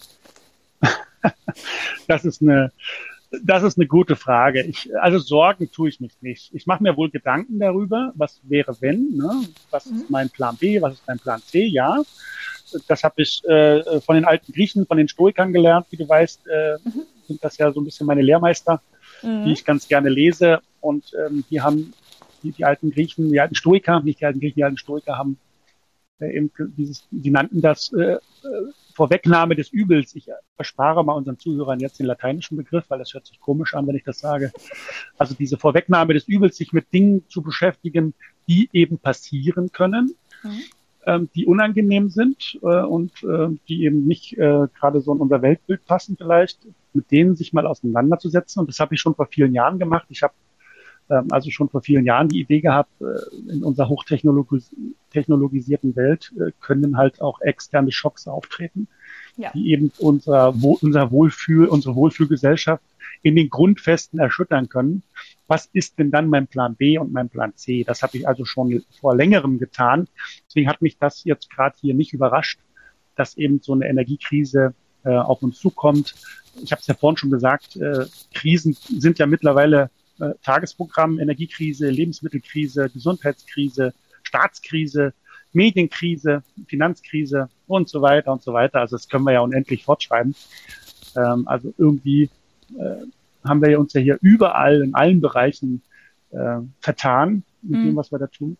Das ist eine Das ist eine gute Frage. Ich, also Sorgen tue ich mich nicht. Ich mache mir wohl Gedanken darüber, was wäre wenn, ne? Was mhm. ist mein Plan B, was ist mein Plan C, ja. Das habe ich äh, von den alten Griechen, von den Stoikern gelernt, wie du weißt, äh, mhm. sind das ja so ein bisschen meine Lehrmeister, mhm. die ich ganz gerne lese. Und ähm, die haben, die, die alten Griechen, die alten Stoiker, nicht die alten Griechen, die alten Stoiker haben äh, eben dieses, die nannten das äh, Vorwegnahme des Übels. Ich erspare mal unseren Zuhörern jetzt den lateinischen Begriff, weil das hört sich komisch an, wenn ich das sage. Also diese Vorwegnahme des Übels, sich mit Dingen zu beschäftigen, die eben passieren können, mhm. ähm, die unangenehm sind äh, und äh, die eben nicht äh, gerade so in unser Weltbild passen vielleicht, mit denen sich mal auseinanderzusetzen. Und das habe ich schon vor vielen Jahren gemacht. Ich habe ähm, also schon vor vielen Jahren die Idee gehabt, äh, in unserer hochtechnologisierten Welt äh, können halt auch externe Schocks auftreten, ja. die eben unser, unser Wohlfühl, unsere Wohlfühlgesellschaft in den Grundfesten erschüttern können. Was ist denn dann mein Plan B und mein Plan C? Das habe ich also schon vor längerem getan. Deswegen hat mich das jetzt gerade hier nicht überrascht, dass eben so eine Energiekrise äh, auf uns zukommt. Ich habe es ja vorhin schon gesagt, äh, Krisen sind ja mittlerweile äh, Tagesprogramm, Energiekrise, Lebensmittelkrise, Gesundheitskrise, Staatskrise, Medienkrise, Finanzkrise und so weiter und so weiter. Also das können wir ja unendlich fortschreiben. Ähm, also irgendwie äh, haben wir uns ja hier überall in allen Bereichen äh, vertan mit mhm. dem, was wir da tun.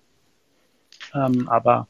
Ähm, aber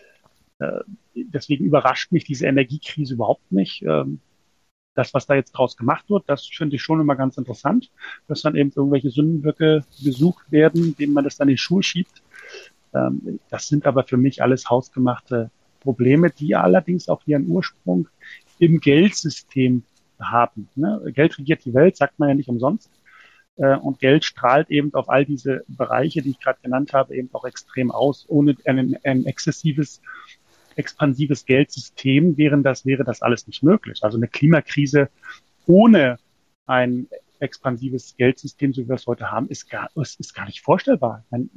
äh, deswegen überrascht mich diese Energiekrise überhaupt nicht. Ähm, das, was da jetzt draus gemacht wird, das finde ich schon immer ganz interessant, dass dann eben irgendwelche Sündenböcke gesucht werden, denen man das dann in die Schuhe schiebt. Ähm, das sind aber für mich alles hausgemachte Probleme, die allerdings auch ihren Ursprung im Geldsystem haben. Ne? Geld regiert die Welt, sagt man ja nicht umsonst. Äh, und Geld strahlt eben auf all diese Bereiche, die ich gerade genannt habe, eben auch extrem aus. Ohne ein, ein exzessives, expansives Geldsystem wären das, wäre das alles nicht möglich. Also eine Klimakrise ohne ein expansives Geldsystem, so wie wir es heute haben, ist gar, ist, ist gar nicht vorstellbar. Man,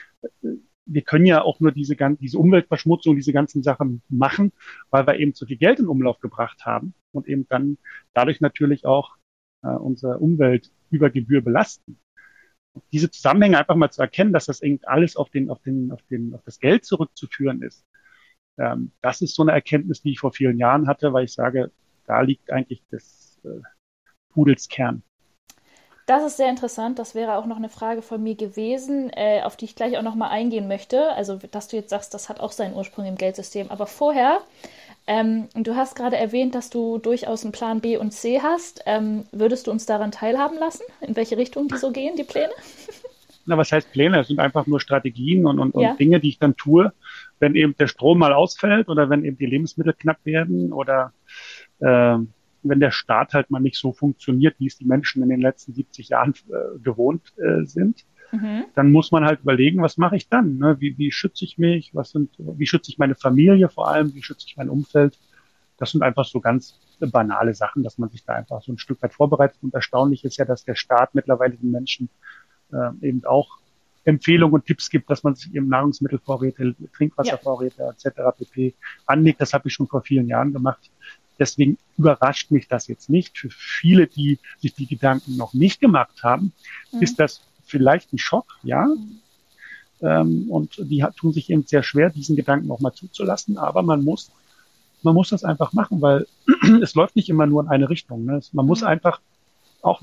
wir können ja auch nur diese, diese Umweltverschmutzung, diese ganzen Sachen machen, weil wir eben zu viel Geld in Umlauf gebracht haben und eben dann dadurch natürlich auch äh, unsere Umwelt über Gebühr belasten. Und diese Zusammenhänge einfach mal zu erkennen, dass das eben alles auf den, auf den, auf den, auf das Geld zurückzuführen ist. Ähm, das ist so eine Erkenntnis, die ich vor vielen Jahren hatte, weil ich sage, da liegt eigentlich des äh, Pudels Kern.
Das ist sehr interessant. Das wäre auch noch eine Frage von mir gewesen, äh, auf die ich gleich auch noch mal eingehen möchte. Also, dass du jetzt sagst, das hat auch seinen Ursprung im Geldsystem. Aber vorher, ähm, du hast gerade erwähnt, dass du durchaus einen Plan B und C hast. Ähm, würdest du uns daran teilhaben lassen? In welche Richtung die so gehen, die Pläne?
Na, was heißt Pläne? Das sind einfach nur Strategien und, und,
ja.
und Dinge, die ich dann tue, wenn eben der Strom mal ausfällt oder wenn eben die Lebensmittel knapp werden oder äh, wenn der Staat halt mal nicht so funktioniert, wie es die Menschen in den letzten siebzig Jahren äh, gewohnt äh, sind, mhm. dann muss man halt überlegen, was mache ich dann? Ne? Wie, wie schütze ich mich? Was sind, wie schütze ich meine Familie vor allem? Wie schütze ich mein Umfeld? Das sind einfach so ganz banale Sachen, dass man sich da einfach so ein Stück weit vorbereitet. Und erstaunlich ist ja, dass der Staat mittlerweile den Menschen äh, eben auch Empfehlungen und Tipps gibt, dass man sich eben Nahrungsmittelvorräte, Trinkwasservorräte ja. et cetera pp. anlegt. Das habe ich schon vor vielen Jahren gemacht. Deswegen überrascht mich das jetzt nicht. Für viele, die sich die Gedanken noch nicht gemacht haben, mhm. ist das vielleicht ein Schock, ja. Mhm. Ähm, und die tun sich eben sehr schwer, diesen Gedanken auch mal zuzulassen. Aber man muss, man muss das einfach machen, weil es läuft nicht immer nur in eine Richtung. Ne? Man muss mhm. einfach auch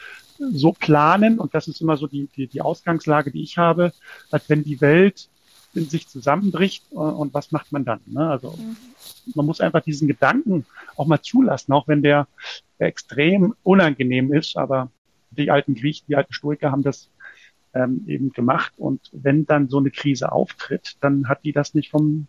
so planen. Und das ist immer so die, die, die Ausgangslage, die ich habe, als wenn die Welt in sich zusammenbricht und, und was macht man dann? Ne? Also mhm. man muss einfach diesen Gedanken auch mal zulassen, auch wenn der extrem unangenehm ist, aber die alten Griechen, die alten Stoiker haben das ähm, eben gemacht und wenn dann so eine Krise auftritt, dann hat die das nicht vom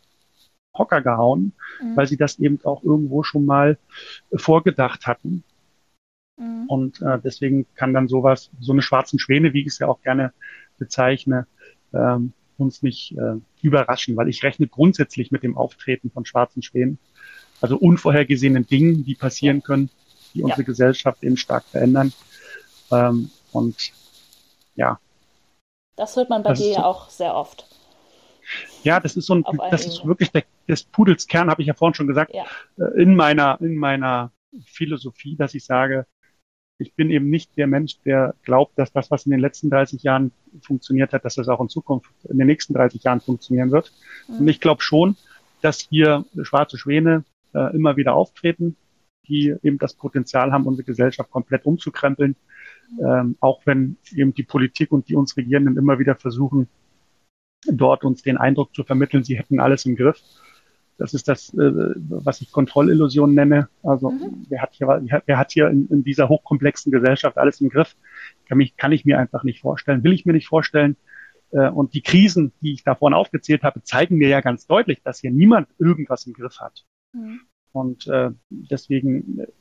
Hocker gehauen, mhm. weil sie das eben auch irgendwo schon mal vorgedacht hatten. Mhm. Und äh, deswegen kann dann sowas, so eine schwarzen Schwäne, wie ich es ja auch gerne bezeichne, ähm, uns nicht äh, überraschen, weil ich rechne grundsätzlich mit dem Auftreten von schwarzen Schwänen, also unvorhergesehenen Dingen, die passieren können, die unsere ja. Gesellschaft eben stark verändern. Ähm, und ja.
Das hört man bei dir ja so, auch sehr oft.
Ja, das ist so ein, das ist wirklich der, des Pudels Kern, habe ich ja vorhin schon gesagt, ja. äh, in meiner, in meiner Philosophie, dass ich sage, ich bin eben nicht der Mensch, der glaubt, dass das, was in den letzten dreißig Jahren funktioniert hat, dass das auch in Zukunft in den nächsten dreißig Jahren funktionieren wird. Mhm. Und ich glaube schon, dass hier schwarze Schwäne äh, immer wieder auftreten, die eben das Potenzial haben, unsere Gesellschaft komplett umzukrempeln. Mhm. Ähm, auch wenn eben die Politik und die uns Regierenden immer wieder versuchen, dort uns den Eindruck zu vermitteln, sie hätten alles im Griff. Das ist das, äh, was ich Kontrollillusion nenne. Also mhm. wer hat hier, wer hat hier in, in dieser hochkomplexen Gesellschaft alles im Griff? Kann, mich, kann ich mir einfach nicht vorstellen, will ich mir nicht vorstellen. Äh, und die Krisen, die ich da vorhin aufgezählt habe, zeigen mir ja ganz deutlich, dass hier niemand irgendwas im Griff hat. Mhm. Und äh, deswegen äh,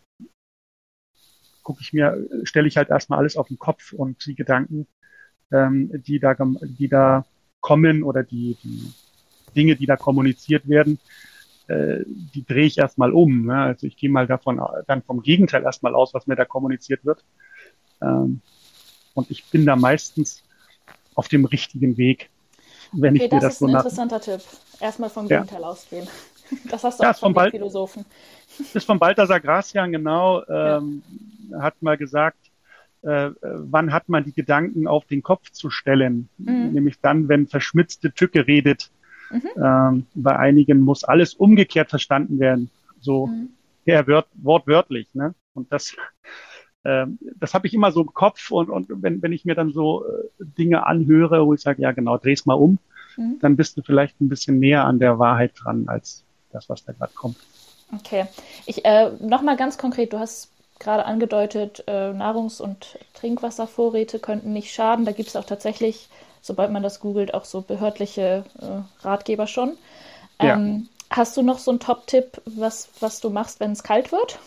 gucke ich mir, stelle ich halt erstmal alles auf den Kopf und die Gedanken, ähm, die da, die da kommen oder die, die Dinge, die da kommuniziert werden, äh, die drehe ich erstmal um. Ne? Also ich gehe mal davon, dann vom Gegenteil erstmal aus, was mir da kommuniziert wird. Ähm, und ich bin da meistens auf dem richtigen Weg, wenn
okay,
ich mir
das
das so nach...
Das ist ein interessanter Tipp. Erstmal vom Gegenteil ja. ausgehen. Das hast du
ja,
auch von
Bal-
Philosophen.
Das ist von Balthasar Gracian, genau. Ähm, ja. Hat mal gesagt, äh, wann hat man die Gedanken auf den Kopf zu stellen? Mhm. Nämlich dann, wenn verschmitzte Tücke redet. Mhm. Ähm, bei einigen muss alles umgekehrt verstanden werden. So mhm. ja, wört, wortwörtlich. Ne? Und das, ähm, das habe ich immer so im Kopf. Und, und wenn, wenn ich mir dann so äh, Dinge anhöre, wo ich sage, ja genau, dreh's mal um, mhm. dann bist du vielleicht ein bisschen näher an der Wahrheit dran, als das, was da gerade kommt.
Okay. Ich äh, nochmal ganz konkret, du hast gerade angedeutet, äh, Nahrungs- und Trinkwasservorräte könnten nicht schaden. Da gibt es auch tatsächlich, sobald man das googelt, auch so behördliche äh, Ratgeber schon. Ähm, ja. Hast du noch so einen Top-Tipp, was, was du machst, wenn es kalt wird?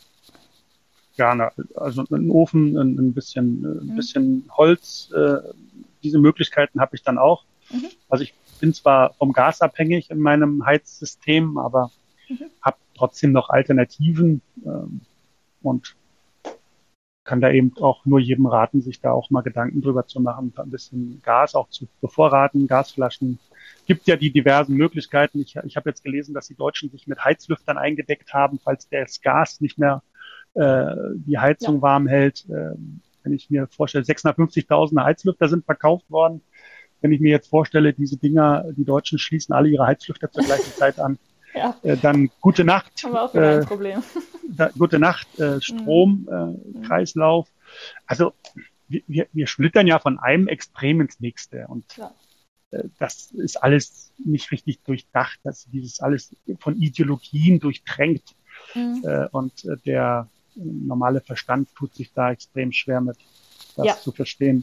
Gerne. Also einen Ofen, ein, ein bisschen, ein mhm. bisschen Holz, äh, diese Möglichkeiten habe ich dann auch. Mhm. Also ich bin zwar vom Gas abhängig in meinem Heizsystem, aber mhm. habe trotzdem noch Alternativen ähm, und kann da eben auch nur jedem raten, sich da auch mal Gedanken drüber zu machen, ein bisschen Gas auch zu bevorraten, Gasflaschen. Gibt ja die diversen Möglichkeiten. Ich, ich habe jetzt gelesen, dass die Deutschen sich mit Heizlüftern eingedeckt haben, falls das Gas nicht mehr äh, die Heizung ja. warm hält. Äh, wenn ich mir vorstelle, sechshundertfünfzigtausend Heizlüfter sind verkauft worden. Wenn ich mir jetzt vorstelle, diese Dinger, die Deutschen schließen alle ihre Heizlüfter zur gleichen Zeit an, ja. äh, dann gute Nacht.
Haben wir auch wieder äh, ein Problem.
Da, gute Nacht, äh, Strom, äh, Kreislauf. Also wir, wir, wir schlittern ja von einem Extrem ins nächste und ja. äh, das ist alles nicht richtig durchdacht. Das dieses alles von Ideologien durchtränkt mhm. äh, und äh, der normale Verstand tut sich da extrem schwer mit, das ja. zu verstehen.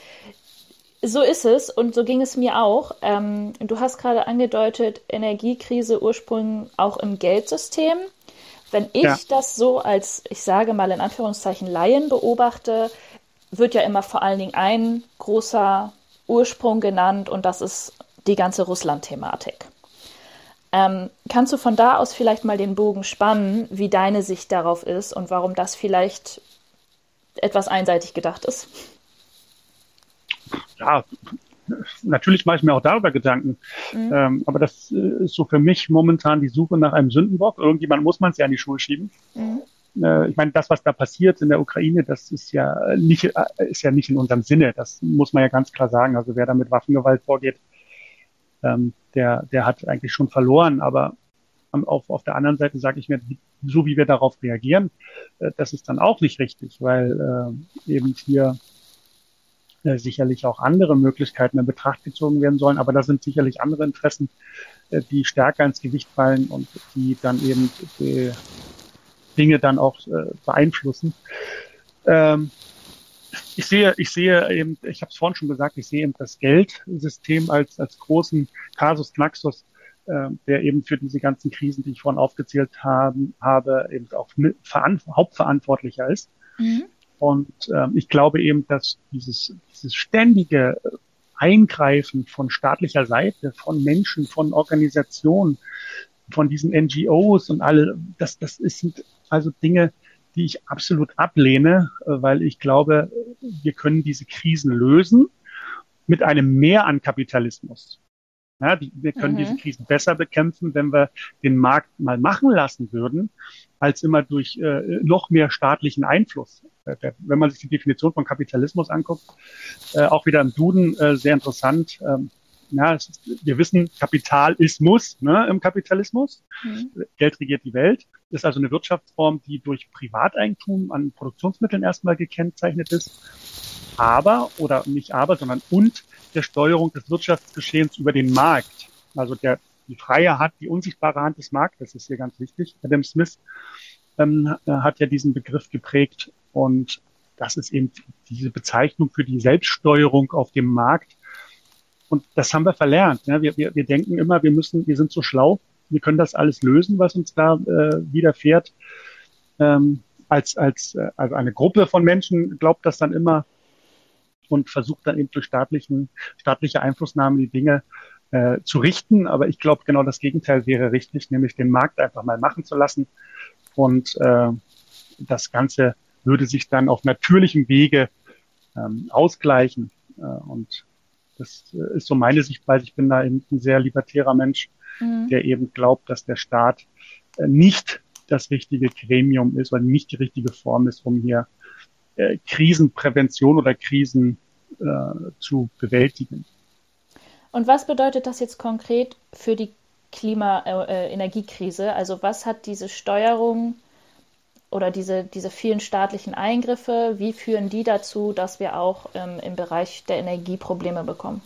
So ist es und so ging es mir auch. Ähm, du hast gerade angedeutet, Energiekrise Ursprung auch im Geldsystem. Wenn ich ja. das so als, ich sage mal in Anführungszeichen, Laien beobachte, wird ja immer vor allen Dingen ein großer Ursprung genannt und das ist die ganze Russland-Thematik. Ähm, kannst du von da aus vielleicht mal den Bogen spannen, wie deine Sicht darauf ist und warum das vielleicht etwas einseitig gedacht ist?
Ja, natürlich mache ich mir auch darüber Gedanken. Mhm. Ähm, aber das äh, ist so für mich momentan die Suche nach einem Sündenbock. Irgendjemand muss man es ja in die Schuhe schieben. Mhm. Äh, ich meine, das, was da passiert in der Ukraine, das ist ja nicht, äh, ist ja nicht in unserem Sinne. Das muss man ja ganz klar sagen. Also wer da mit Waffengewalt vorgeht, ähm, der, der hat eigentlich schon verloren. Aber auf, auf der anderen Seite sage ich mir, so wie wir darauf reagieren, äh, das ist dann auch nicht richtig, weil äh, eben hier Äh, sicherlich auch andere Möglichkeiten in Betracht gezogen werden sollen, aber da sind sicherlich andere Interessen, äh, die stärker ins Gewicht fallen und die dann eben die Dinge dann auch äh, beeinflussen. Ähm, ich sehe, ich sehe eben, ich habe es vorhin schon gesagt, ich sehe eben das Geldsystem als als großen Kasus Knaxus, äh, der eben für diese ganzen Krisen, die ich vorhin aufgezählt haben, habe, eben auch mit, hauptverantwortlicher ist. Mhm. Und ähm, ich glaube eben, dass dieses, dieses ständige Eingreifen von staatlicher Seite, von Menschen, von Organisationen, von diesen N G Os und alle, das, das sind also Dinge, die ich absolut ablehne, weil ich glaube, wir können diese Krisen lösen mit einem Mehr an Kapitalismus. Ja, die, wir können mhm. diese Krisen besser bekämpfen, wenn wir den Markt mal machen lassen würden, als immer durch äh, noch mehr staatlichen Einfluss. Äh, wenn man sich die Definition von Kapitalismus anguckt, äh, auch wieder im Duden, äh, sehr interessant. Ähm, ja, es ist, wir wissen, Kapitalismus ne, im Kapitalismus. Mhm. Geld regiert die Welt. Das ist also eine Wirtschaftsform, die durch Privateigentum an Produktionsmitteln erstmal gekennzeichnet ist. Aber, oder nicht aber, sondern und der Steuerung des Wirtschaftsgeschehens über den Markt. Also der die freie Hand, die unsichtbare Hand des Marktes ist hier ganz wichtig. Adam Smith ähm, hat ja diesen Begriff geprägt und das ist eben diese Bezeichnung für die Selbststeuerung auf dem Markt. Und das haben wir verlernt. Ja. Wir, wir, wir denken immer, wir müssen, wir sind so schlau, wir können das alles lösen, was uns da äh, widerfährt. Ähm, als, als, äh, also eine Gruppe von Menschen glaubt das dann immer und versucht dann eben durch staatlichen, staatliche Einflussnahme die Dinge äh, zu richten. Aber ich glaube, genau das Gegenteil wäre richtig, nämlich den Markt einfach mal machen zu lassen. Und äh, das Ganze würde sich dann auf natürlichem Wege ähm, ausgleichen. Äh, und das äh, ist so meine Sichtweise. Ich bin da eben ein sehr libertärer Mensch, mhm. der eben glaubt, dass der Staat äh, nicht das richtige Gremium ist oder nicht die richtige Form ist, um hier äh, Krisenprävention oder Krisen äh, zu bewältigen.
Und was bedeutet das jetzt konkret für die Klima-Energiekrise? Äh, also was hat diese Steuerung oder diese, diese vielen staatlichen Eingriffe, wie führen die dazu, dass wir auch ähm, im Bereich der Energie Probleme bekommen?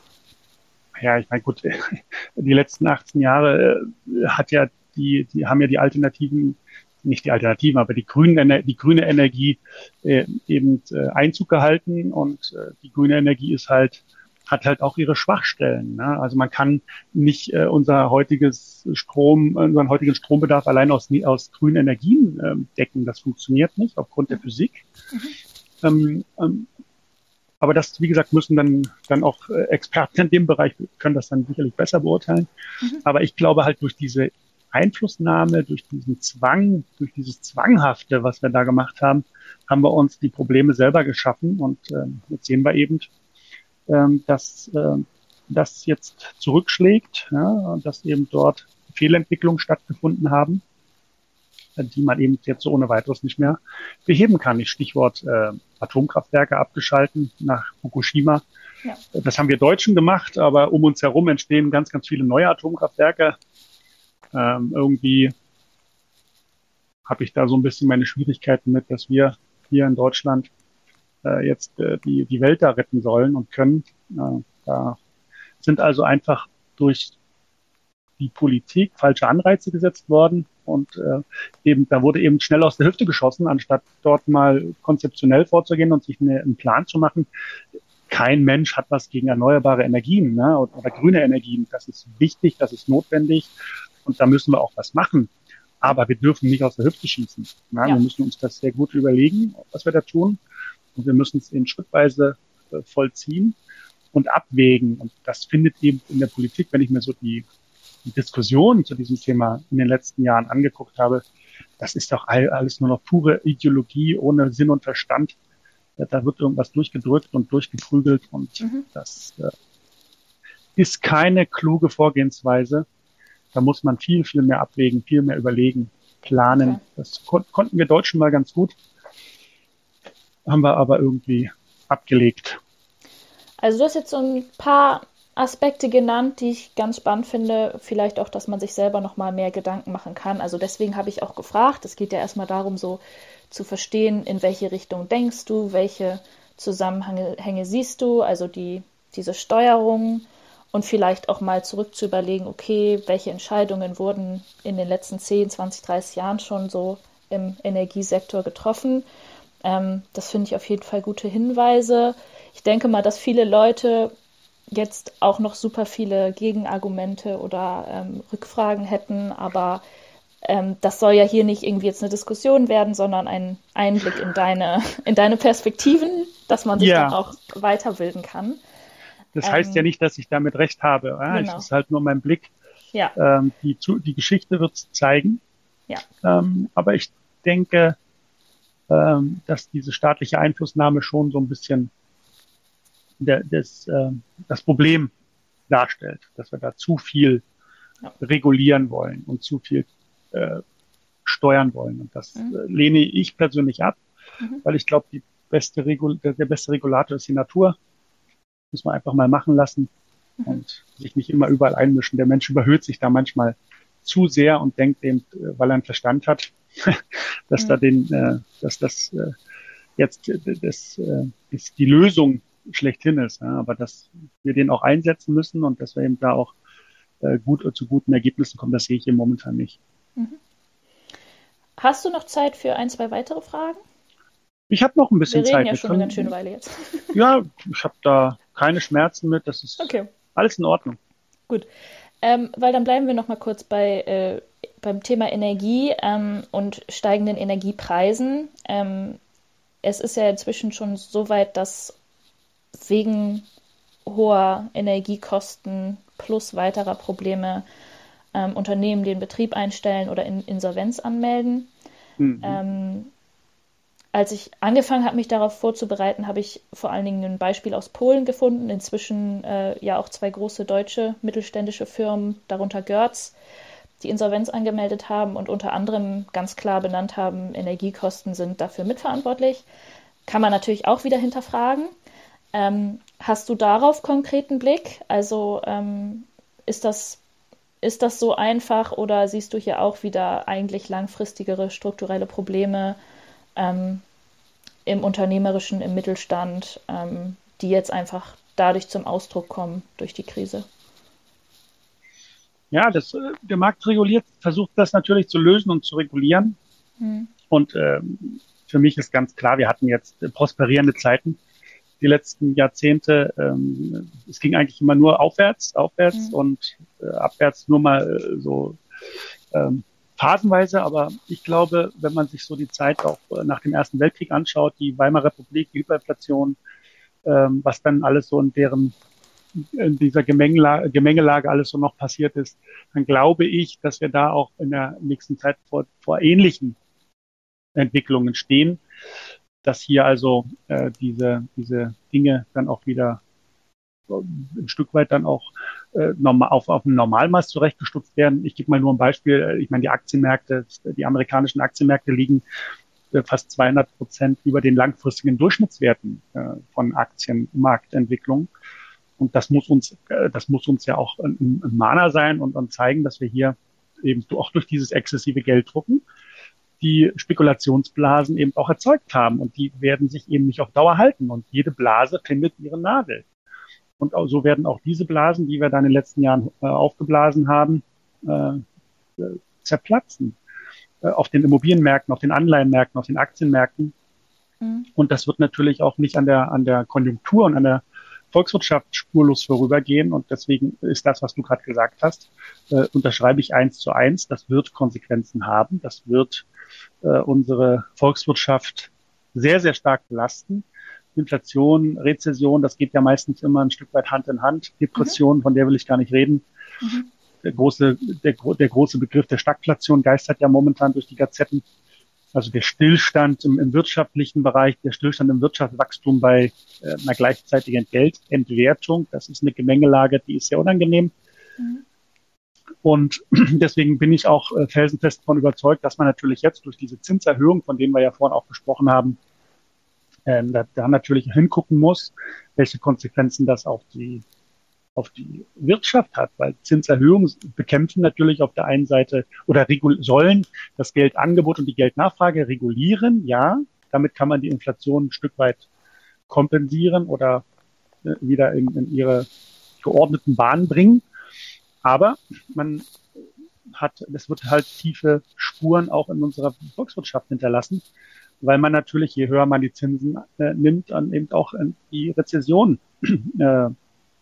Ja, ich meine, gut, die letzten achtzehn Jahre äh, hat ja die, die haben ja die Alternativen, nicht die Alternativen, aber die grünen, die grüne Energie äh, eben äh, Einzug gehalten und äh, die grüne Energie ist halt hat halt auch ihre Schwachstellen. Ne? Also man kann nicht äh, unser heutiges Strom, unseren heutigen Strombedarf allein aus, aus grünen Energien äh, decken. Das funktioniert nicht aufgrund der Physik. Mhm. Ähm, ähm, aber das, wie gesagt, müssen dann dann auch äh, Experten in dem Bereich können das dann sicherlich besser beurteilen. Mhm. Aber ich glaube halt durch diese Einflussnahme, durch diesen Zwang, durch dieses Zwanghafte, was wir da gemacht haben, haben wir uns die Probleme selber geschaffen. Und äh, jetzt sehen wir eben, dass das jetzt zurückschlägt, ja, dass eben dort Fehlentwicklungen stattgefunden haben, die man eben jetzt so ohne weiteres nicht mehr beheben kann. Stichwort äh, Atomkraftwerke abgeschalten nach Fukushima. Ja. Das haben wir Deutschen gemacht, aber um uns herum entstehen ganz, ganz viele neue Atomkraftwerke. Ähm, irgendwie habe ich da so ein bisschen meine Schwierigkeiten mit, dass wir hier in Deutschland jetzt äh, die die Welt da retten sollen und können. Äh, da sind also einfach durch die Politik falsche Anreize gesetzt worden und äh, eben da wurde eben schnell aus der Hüfte geschossen, anstatt dort mal konzeptionell vorzugehen und sich eine, einen Plan zu machen. Kein Mensch hat was gegen erneuerbare Energien, ne, oder, oder grüne Energien. Das ist wichtig, das ist notwendig und da müssen wir auch was machen. Aber wir dürfen nicht aus der Hüfte schießen. Ne? Ja. Wir müssen uns das sehr gut überlegen, was wir da tun. Und wir müssen es eben schrittweise äh, vollziehen und abwägen. Und das findet eben in der Politik, wenn ich mir so die, die Diskussion zu diesem Thema in den letzten Jahren angeguckt habe, das ist doch all, alles nur noch pure Ideologie ohne Sinn und Verstand. Ja, da wird irgendwas durchgedrückt und durchgeprügelt und mhm. das äh, ist keine kluge Vorgehensweise. Da muss man viel, viel mehr abwägen, viel mehr überlegen, planen. Okay. Das kon- konnten wir Deutschen mal ganz gut. Haben wir aber irgendwie abgelegt.
Also du hast jetzt so ein paar Aspekte genannt, die ich ganz spannend finde. Vielleicht auch, dass man sich selber noch mal mehr Gedanken machen kann. Also deswegen habe ich auch gefragt. Es geht ja erstmal darum, so zu verstehen, in welche Richtung denkst du, welche Zusammenhänge siehst du, also die diese Steuerung und vielleicht auch mal zurück zu überlegen, okay, welche Entscheidungen wurden in den letzten zehn, zwanzig, dreißig Jahren schon so im Energiesektor getroffen. Ähm, das finde ich auf jeden Fall gute Hinweise. Ich denke mal, dass viele Leute jetzt auch noch super viele Gegenargumente oder ähm, Rückfragen hätten, aber ähm, das soll ja hier nicht irgendwie jetzt eine Diskussion werden, sondern ein Einblick in deine, in deine Perspektiven, dass man sich ja. dann auch weiterbilden kann.
Das ähm, heißt ja nicht, dass ich damit recht habe. Ja? Genau. Es ist halt nur mein Blick. Ja. Ähm, die, die Geschichte wird es zeigen. Ja. Ähm, aber ich denke, dass diese staatliche Einflussnahme schon so ein bisschen der, des, äh, das Problem darstellt, dass wir da zu viel ja. regulieren wollen und zu viel äh, steuern wollen. Und das mhm. äh, lehne ich persönlich ab, mhm. weil ich glaube, die beste Regul- der, der beste Regulator ist die Natur. Muss man einfach mal machen lassen mhm. und sich nicht immer überall einmischen. Der Mensch überhöht sich da manchmal zu sehr und denkt eben, weil er einen Verstand hat, dass mhm. da den, äh, dass das äh, jetzt äh, das äh, ist die Lösung schlechthin ist, ja, aber dass wir den auch einsetzen müssen und dass wir eben da auch äh, gut äh, zu guten Ergebnissen kommen. Das sehe ich hier momentan nicht.
Mhm. Hast du noch Zeit für ein, zwei weitere Fragen?
Ich habe noch ein bisschen
Wir reden
Zeit.
ja
Wir
schon eine
können,
ganz schöne Weile jetzt.
ja, ich habe da keine Schmerzen mit. Das ist
Okay,
alles in Ordnung.
gut. Ähm, weil dann bleiben wir noch mal kurz bei, äh, beim Thema Energie ähm, und steigenden Energiepreisen. Ähm, es ist ja inzwischen schon so weit, dass wegen hoher Energiekosten plus weiterer Probleme ähm, Unternehmen den Betrieb einstellen oder in Insolvenz anmelden.
Mhm.
Ähm, als ich angefangen habe, mich darauf vorzubereiten, habe ich vor allen Dingen ein Beispiel aus Polen gefunden. Inzwischen äh, ja auch zwei große deutsche mittelständische Firmen, darunter Görz, die Insolvenz angemeldet haben und unter anderem ganz klar benannt haben, Energiekosten sind dafür mitverantwortlich. Kann man natürlich auch wieder hinterfragen. Ähm, hast du darauf konkreten Blick? Also ähm, ist das, ist das so einfach oder siehst du hier auch wieder eigentlich langfristigere strukturelle Probleme ähm, im Unternehmerischen, im Mittelstand, ähm, die jetzt einfach dadurch zum Ausdruck kommen durch die Krise?
Ja, das, äh, der Markt reguliert, versucht das natürlich zu lösen und zu regulieren.
Hm.
Und ähm, für mich ist ganz klar, wir hatten jetzt äh, prosperierende Zeiten die letzten Jahrzehnte. Ähm, es ging eigentlich immer nur aufwärts, aufwärts
Hm.
und äh, abwärts nur mal äh, so ähm, phasenweise. Aber ich glaube, wenn man sich so die Zeit auch äh, nach dem Ersten Weltkrieg anschaut, die Weimarer Republik, die Hyperinflation, ähm, was dann alles so in deren in dieser Gemengelage, Gemengelage alles so noch passiert ist, dann glaube ich, dass wir da auch in der nächsten Zeit vor, vor ähnlichen Entwicklungen stehen, dass hier also äh, diese, diese Dinge dann auch wieder so ein Stück weit dann auch äh, normal, auf, auf ein Normalmaß zurechtgestutzt werden. Ich gebe mal nur ein Beispiel. Ich meine, die Aktienmärkte, die amerikanischen Aktienmärkte liegen äh, fast zweihundert Prozent über den langfristigen Durchschnittswerten äh, von Aktienmarktentwicklung. Und das muss uns, äh, das muss uns ja auch ein, ein Mahner sein und, und zeigen, dass wir hier eben auch durch dieses exzessive Gelddrucken die Spekulationsblasen eben auch erzeugt haben. Und die werden sich eben nicht auf Dauer halten. Und jede Blase findet ihren Nagel. Und auch, so werden auch diese Blasen, die wir da in den letzten Jahren äh, aufgeblasen haben, äh, zerplatzen. Äh, auf den Immobilienmärkten, auf den Anleihenmärkten, auf den Aktienmärkten.
Mhm.
Und das wird natürlich auch nicht an der, an der Konjunktur und an der Volkswirtschaft spurlos vorübergehen. Und deswegen ist das, was du gerade gesagt hast, äh, unterschreibe ich eins zu eins. Das wird Konsequenzen haben. Das wird äh, unsere Volkswirtschaft sehr, sehr stark belasten. Inflation, Rezession, das geht ja meistens immer ein Stück weit Hand in Hand. Depression, mhm. von der will ich gar nicht reden. Mhm. Der große, der, der große Begriff der Stagflation geistert ja momentan durch die Gazetten. Also der Stillstand im, im wirtschaftlichen Bereich, der Stillstand im Wirtschaftswachstum bei äh, einer gleichzeitigen Geldentwertung, das ist eine Gemengelage, die ist sehr unangenehm. Mhm. Und deswegen bin ich auch äh, felsenfest davon überzeugt, dass man natürlich jetzt durch diese Zinserhöhung, von denen wir ja vorhin auch gesprochen haben, äh, da, da natürlich hingucken muss, welche Konsequenzen das auf die auf die Wirtschaft hat, weil Zinserhöhungen bekämpfen natürlich auf der einen Seite oder sollen das Geldangebot und die Geldnachfrage regulieren, ja, damit kann man die Inflation ein Stück weit kompensieren oder äh, wieder in, in ihre geordneten Bahnen bringen, aber man hat, es wird halt tiefe Spuren auch in unserer Volkswirtschaft hinterlassen, weil man natürlich, je höher man die Zinsen äh, nimmt, dann eben auch in die Rezession äh,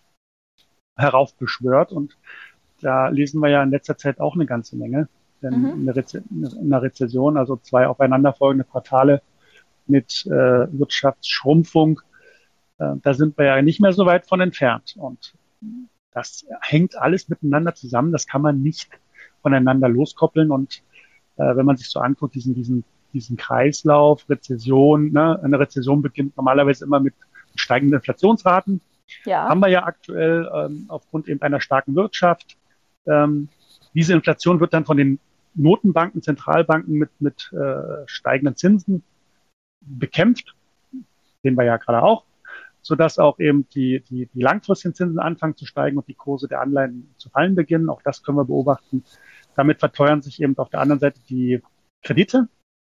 heraufbeschwört. Und da lesen wir ja in letzter Zeit auch eine ganze Menge. Denn mhm. in, der Reze- in der Rezession, also zwei aufeinanderfolgende Quartale mit äh, Wirtschaftsschrumpfung, äh, da sind wir ja nicht mehr so weit von entfernt. Und das hängt alles miteinander zusammen. Das kann man nicht voneinander loskoppeln. Und äh, wenn man sich so anguckt, diesen, diesen, diesen Kreislauf, Rezession, ne? Eine Rezession beginnt normalerweise immer mit steigenden Inflationsraten. Ja. Haben wir ja aktuell ähm, aufgrund eben einer starken Wirtschaft. Ähm, diese Inflation wird dann von den Notenbanken, Zentralbanken mit, mit äh, steigenden Zinsen bekämpft. Sehen wir ja gerade auch, sodass auch eben die, die, die langfristigen Zinsen anfangen zu steigen und die Kurse der Anleihen zu fallen beginnen. Auch das können wir beobachten. Damit verteuern sich eben auf der anderen Seite die Kredite,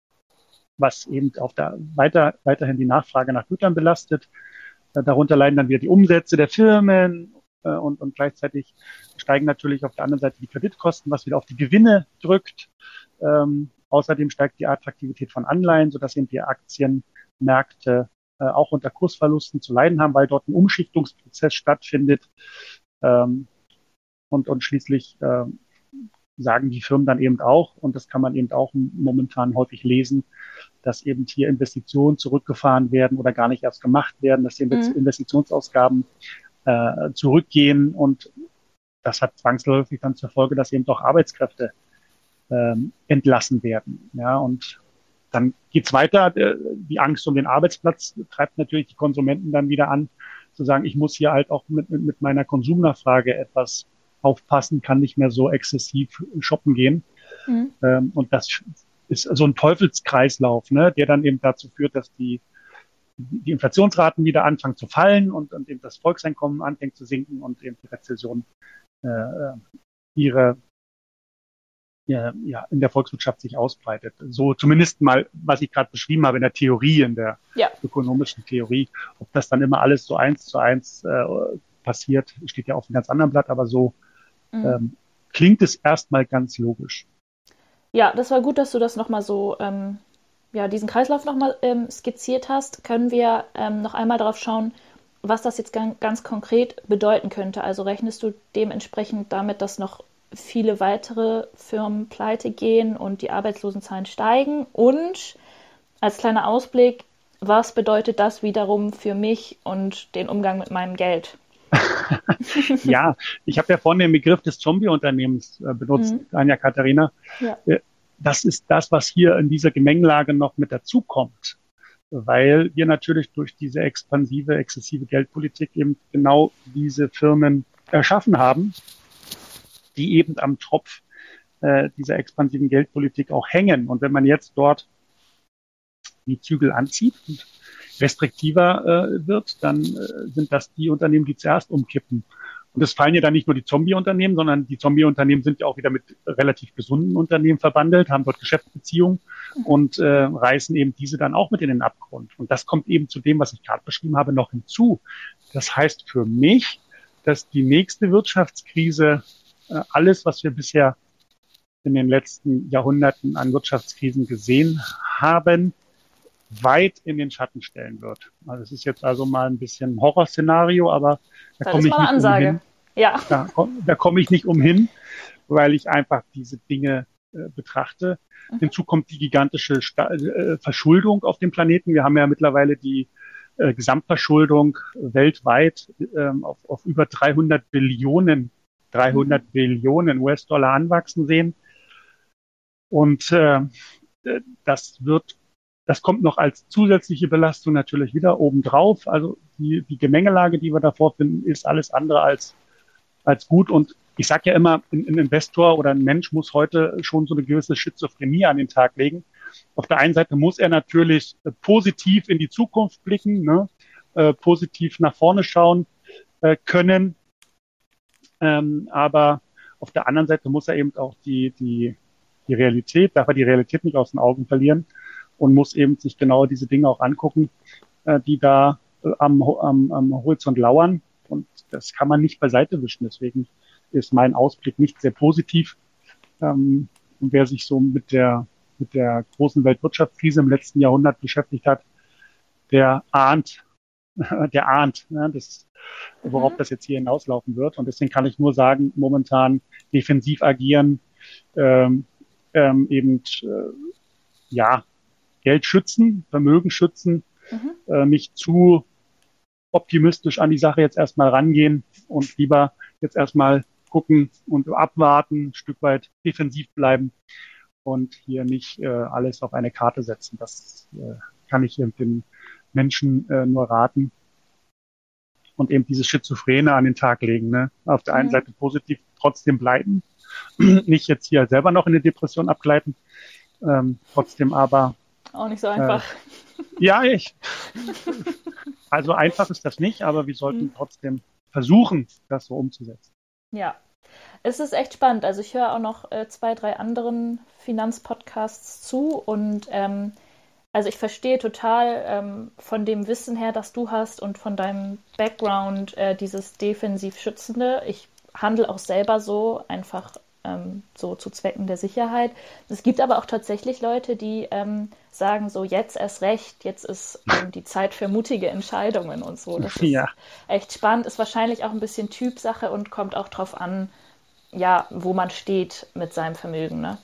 was eben auf der weiter, weiterhin die Nachfrage nach Gütern belastet. Darunter leiden dann wieder die Umsätze der Firmen, äh, und, und gleichzeitig steigen natürlich auf der anderen Seite die Kreditkosten, was wieder auf die Gewinne drückt. Ähm, außerdem steigt die Attraktivität von Anleihen, sodass eben die Aktienmärkte äh, auch unter Kursverlusten zu leiden haben, weil dort ein Umschichtungsprozess stattfindet. Ähm, und, und schließlich äh, sagen die Firmen dann eben auch, und das kann man eben auch momentan häufig lesen, dass eben hier Investitionen zurückgefahren werden oder gar nicht erst gemacht werden, dass die
Mhm.
Investitionsausgaben äh, zurückgehen, und das hat zwangsläufig dann zur Folge, dass eben doch Arbeitskräfte ähm, entlassen werden. Ja, und dann geht's weiter. Die Angst um den Arbeitsplatz treibt natürlich die Konsumenten dann wieder an, zu sagen, ich muss hier halt auch mit, mit meiner Konsumnachfrage etwas aufpassen, kann nicht mehr so exzessiv shoppen gehen.
Mhm.
Ähm, und das ist so ein Teufelskreislauf, ne, der dann eben dazu führt, dass die, die Inflationsraten wieder anfangen zu fallen und, und eben das Volkseinkommen anfängt zu sinken und eben die Rezession äh, ihre ja, ja, in der Volkswirtschaft sich ausbreitet. So zumindest mal, was ich gerade beschrieben habe in der Theorie, in der
Ja.
ökonomischen Theorie. Ob das dann immer alles so eins zu eins äh, passiert, steht ja auf einem ganz anderen Blatt, aber so
Mhm.
ähm, klingt es erstmal ganz logisch.
Ja, das war gut, dass du das nochmal so, ähm, ja, diesen Kreislauf nochmal ähm, skizziert hast. Können wir ähm, noch einmal darauf schauen, was das jetzt ganz, ganz konkret bedeuten könnte? Also rechnest du dementsprechend damit, dass noch viele weitere Firmen pleite gehen und die Arbeitslosenzahlen steigen? Und als kleiner Ausblick, was bedeutet das wiederum für mich und den Umgang mit meinem Geld?
Ja, ich habe ja vorhin den Begriff des Zombie-Unternehmens äh, benutzt,
Mhm.
Anja Katharina.
Ja.
Äh, das ist das, was hier in dieser Gemengelage noch mit dazukommt, weil wir natürlich durch diese expansive, exzessive Geldpolitik eben genau diese Firmen erschaffen haben, die eben am Tropf äh, dieser expansiven Geldpolitik auch hängen. Und wenn man jetzt dort die Zügel anzieht und restriktiver äh, wird, dann äh, sind das die Unternehmen, die zuerst umkippen. Und es fallen ja dann nicht nur die Zombie-Unternehmen, sondern die Zombie-Unternehmen sind ja auch wieder mit relativ gesunden Unternehmen verbandelt, haben dort Geschäftsbeziehungen und äh, reißen eben diese dann auch mit in den Abgrund. Und das kommt eben zu dem, was ich gerade beschrieben habe, noch hinzu. Das heißt für mich, dass die nächste Wirtschaftskrise äh, alles, was wir bisher in den letzten Jahrhunderten an Wirtschaftskrisen gesehen haben, weit in den Schatten stellen wird. Also es ist jetzt also mal ein bisschen ein Horrorszenario, aber da komme ich nicht umhin.
Ja.
Da, da komme ich nicht umhin, weil ich einfach diese Dinge äh, betrachte. Mhm. Hinzu kommt die gigantische Sta- äh, Verschuldung auf dem Planeten. Wir haben ja mittlerweile die äh, Gesamtverschuldung weltweit äh, auf, auf über dreihundert Billionen, dreihundert mhm. Billionen U S-Dollar anwachsen sehen. Und äh, das wird Das kommt noch als zusätzliche Belastung natürlich wieder obendrauf. Also die, die Gemengelage, die wir davor finden, ist alles andere als, als gut. Und ich sage ja immer, ein, ein Investor oder ein Mensch muss heute schon so eine gewisse Schizophrenie an den Tag legen. Auf der einen Seite muss er natürlich äh, positiv in die Zukunft blicken, ne? äh, positiv nach vorne schauen äh, können. Ähm, aber auf der anderen Seite muss er eben auch die, die, die Realität, darf er die Realität nicht aus den Augen verlieren. Und muss eben sich genau diese Dinge auch angucken, äh, die da äh, am, am, am Horizont lauern. Und das kann man nicht beiseite wischen. Deswegen ist mein Ausblick nicht sehr positiv. Ähm, und wer sich so mit der, mit der großen Weltwirtschaftskrise im letzten Jahrhundert beschäftigt hat, der ahnt, der ahnt, ne, das, worauf mhm. das jetzt hier hinauslaufen wird. Und deswegen kann ich nur sagen, momentan defensiv agieren, ähm, ähm, eben, äh, ja, Geld schützen, Vermögen schützen, mhm. äh, nicht zu optimistisch an die Sache jetzt erstmal rangehen und lieber jetzt erstmal gucken und abwarten, ein Stück weit defensiv bleiben und hier nicht äh, alles auf eine Karte setzen. Das äh, kann ich eben den Menschen äh, nur raten und eben dieses Schizophrene an den Tag legen. Ne? Auf der einen mhm. Seite positiv trotzdem bleiben, nicht jetzt hier selber noch in eine Depression abgleiten, ähm, trotzdem aber
auch nicht so einfach.
Äh, ja, ich. Also einfach ist das nicht, aber wir sollten mhm. trotzdem versuchen, das so umzusetzen.
Ja, es ist echt spannend. Also ich höre auch noch äh, zwei, drei anderen Finanzpodcasts zu und ähm, Also ich verstehe total ähm, von dem Wissen her, das du hast und von deinem Background äh, dieses defensiv Schützende. Ich handle auch selber so, einfach ähm, so zu Zwecken der Sicherheit. Es gibt aber auch tatsächlich Leute, die ähm, sagen so, jetzt erst recht, jetzt ist ähm, die Zeit für mutige Entscheidungen und so. Das ist
Ja.
echt spannend, ist wahrscheinlich auch ein bisschen Typsache und kommt auch drauf an, ja, wo man steht mit seinem Vermögen, ne?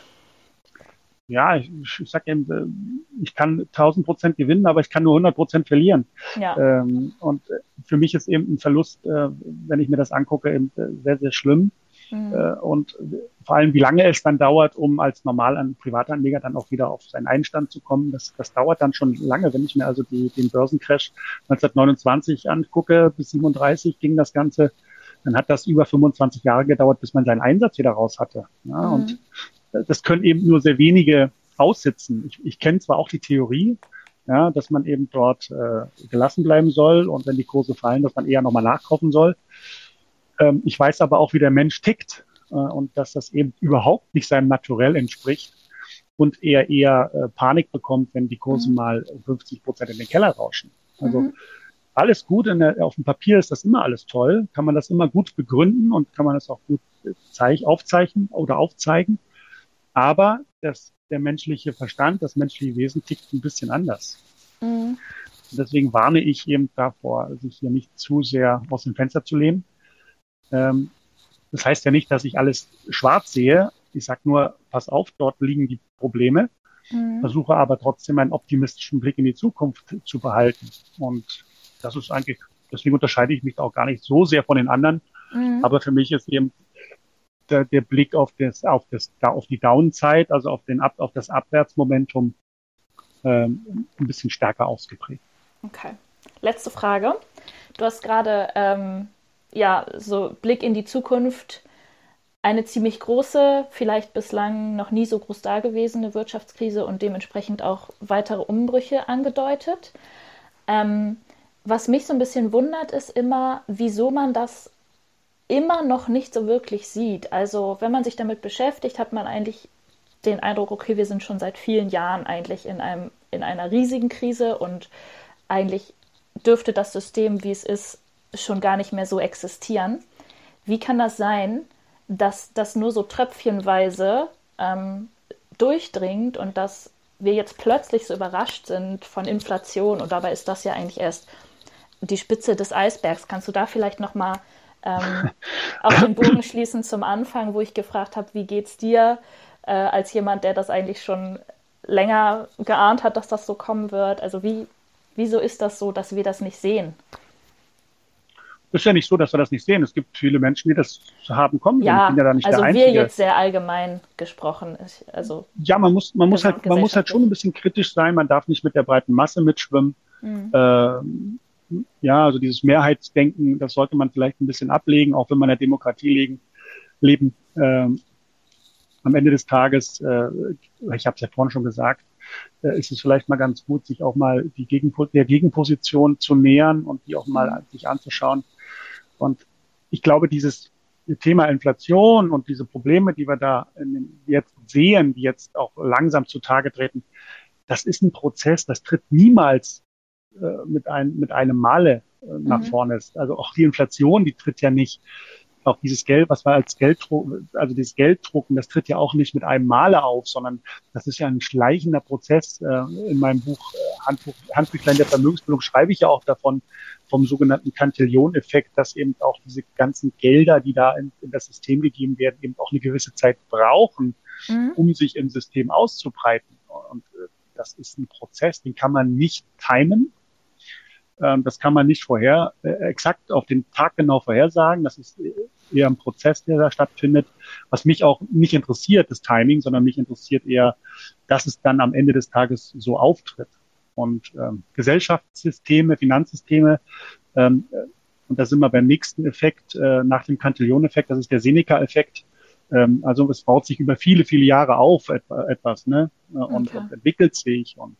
Ja, ich, ich sag eben, äh, ich kann tausend Prozent gewinnen, aber ich kann nur hundert Prozent verlieren.
Ja.
Ähm, und äh, für mich ist eben ein Verlust, äh, wenn ich mir das angucke, eben äh, sehr, sehr schlimm.
Mhm.
Äh, und äh, vor allem, wie lange es dann dauert, um als normal an Privatanleger dann auch wieder auf seinen Einstand zu kommen, das, das dauert dann schon lange. Wenn ich mir also die, den Börsencrash neunzehnhundertneunundzwanzig angucke, bis siebenunddreißig ging das Ganze, dann hat das über fünfundzwanzig Jahre gedauert, bis man seinen Einsatz wieder raus hatte. Ja,
Mhm.
und das können eben nur sehr wenige aussitzen. Ich, ich kenne zwar auch die Theorie, ja, dass man eben dort äh, gelassen bleiben soll und wenn die Kurse fallen, dass man eher nochmal nachkaufen soll. Ähm, ich weiß aber auch, wie der Mensch tickt äh, und dass das eben überhaupt nicht seinem Naturell entspricht und er eher äh, Panik bekommt, wenn die Kurse
Mhm.
mal fünfzig Prozent in den Keller rauschen. Also
Mhm.
alles gut, in der, auf dem Papier ist das immer alles toll, kann man das immer gut begründen und kann man das auch gut äh, zeich, aufzeichnen oder aufzeigen. Aber das, der menschliche Verstand, das menschliche Wesen tickt ein bisschen anders.
Mhm.
Und deswegen warne ich eben davor, sich hier nicht zu sehr aus dem Fenster zu lehnen. Ähm, das heißt ja nicht, dass ich alles schwarz sehe. Ich sage nur, pass auf, dort liegen die Probleme.
Mhm.
Versuche aber trotzdem einen optimistischen Blick in die Zukunft zu behalten. Und das ist eigentlich, deswegen unterscheide ich mich auch gar nicht so sehr von den anderen.
Mhm.
Aber für mich ist eben der, der Blick auf das, auf das, auf die Downzeit, also auf den, auf das Abwärtsmomentum, ähm, ein bisschen stärker ausgeprägt.
Okay. Letzte Frage. Du hast gerade ähm, ja so Blick in die Zukunft, eine ziemlich große, vielleicht bislang noch nie so groß dagewesene Wirtschaftskrise und dementsprechend auch weitere Umbrüche angedeutet. Ähm, was mich so ein bisschen wundert, ist immer, wieso man das immer noch nicht so wirklich sieht. Also wenn man sich damit beschäftigt, hat man eigentlich den Eindruck, okay, wir sind schon seit vielen Jahren eigentlich in einem, in einer riesigen Krise und eigentlich dürfte das System, wie es ist, schon gar nicht mehr so existieren. Wie kann das sein, dass das nur so tröpfchenweise ähm, durchdringt und dass wir jetzt plötzlich so überrascht sind von Inflation und dabei ist das ja eigentlich erst die Spitze des Eisbergs. Kannst du da vielleicht nochmal ähm, auf den Bogen schließen zum Anfang, wo ich gefragt habe, wie geht's dir äh, als jemand, der das eigentlich schon länger geahnt hat, dass das so kommen wird? Also wie, wieso ist das so, dass wir das nicht sehen?
Es ist ja nicht so, dass wir das nicht sehen. Es gibt viele Menschen, die das haben kommen sehen. Ich bin
Ja,
ja da nicht der
also wir
Einzige.
jetzt sehr allgemein gesprochen. Ich, also
Ja, man muss, man muss halt, man muss halt schon ein
gesamtgesellschaftlich.
bisschen kritisch sein. Man darf nicht mit der breiten Masse mitschwimmen.
Mhm.
Ähm, ja, also dieses Mehrheitsdenken, das sollte man vielleicht ein bisschen ablegen, auch wenn man in der Demokratie legen, leben. Ähm, am Ende des Tages, äh, ich habe es ja vorhin schon gesagt, äh, ist es vielleicht mal ganz gut, sich auch mal die Gegenpo der Gegenposition zu nähern und die auch mal
Mhm.
sich anzuschauen. Und ich glaube, dieses Thema Inflation und diese Probleme, die wir da in den, jetzt sehen, die jetzt auch langsam zutage treten, das ist ein Prozess, das tritt niemals äh, mit, ein, mit einem Male äh, nach
Mhm.
vorne. Also auch die Inflation, die tritt ja nicht, auch dieses Geld, was wir als Gelddruck, also dieses Gelddrucken, das tritt ja auch nicht mit einem Male auf, sondern das ist ja ein schleichender Prozess. Äh, in meinem Buch äh, Handbuch, Handbüchlein der Vermögensbildung schreibe ich ja auch davon, vom sogenannten Cantillon-Effekt, dass eben auch diese ganzen Gelder, die da in, in das System gegeben werden, eben auch eine gewisse Zeit brauchen,
Mhm.
um sich im System auszubreiten. Und äh, das ist ein Prozess, den kann man nicht timen. Ähm, das kann man nicht vorher äh, exakt auf den Tag genau vorhersagen. Das ist eher ein Prozess, der da stattfindet. Was mich auch nicht interessiert, das Timing, sondern mich interessiert eher, dass es dann am Ende des Tages so auftritt. Und ähm, Gesellschaftssysteme, Finanzsysteme, ähm, und da sind wir beim nächsten Effekt, äh, nach dem Cantillon-Effekt, das ist der Seneca-Effekt. Ähm, also es baut sich über viele, viele Jahre auf etwa, etwas, ne? Und,
Okay.
und entwickelt sich und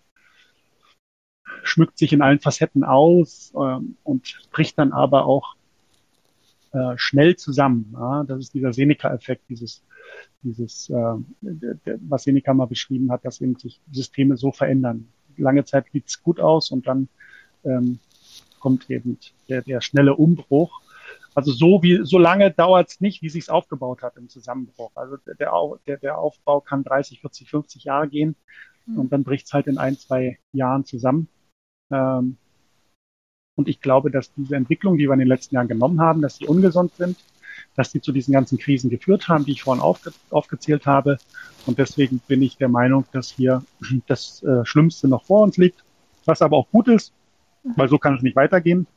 schmückt sich in allen Facetten aus ähm, und bricht dann aber auch äh, schnell zusammen. Ja? Das ist dieser Seneca-Effekt, dieses, dieses, äh, der, der, was Seneca mal beschrieben hat, dass eben sich Systeme so verändern. lange Zeit sieht es gut aus und dann ähm, kommt eben der, der schnelle Umbruch. Also so wie so lange dauert es nicht, wie sich's aufgebaut hat im Zusammenbruch. Also der, der, der Aufbau kann dreißig, vierzig, fünfzig Jahre gehen mhm. und dann bricht's halt in ein, zwei Jahren zusammen. Ähm, und ich glaube, dass diese Entwicklung, die wir in den letzten Jahren genommen haben, dass die ungesund sind, dass die zu diesen ganzen Krisen geführt haben, die ich vorhin aufge- aufgezählt habe. Und deswegen bin ich der Meinung, dass hier das äh, Schlimmste noch vor uns liegt, was aber auch gut ist, weil so kann es nicht weitergehen.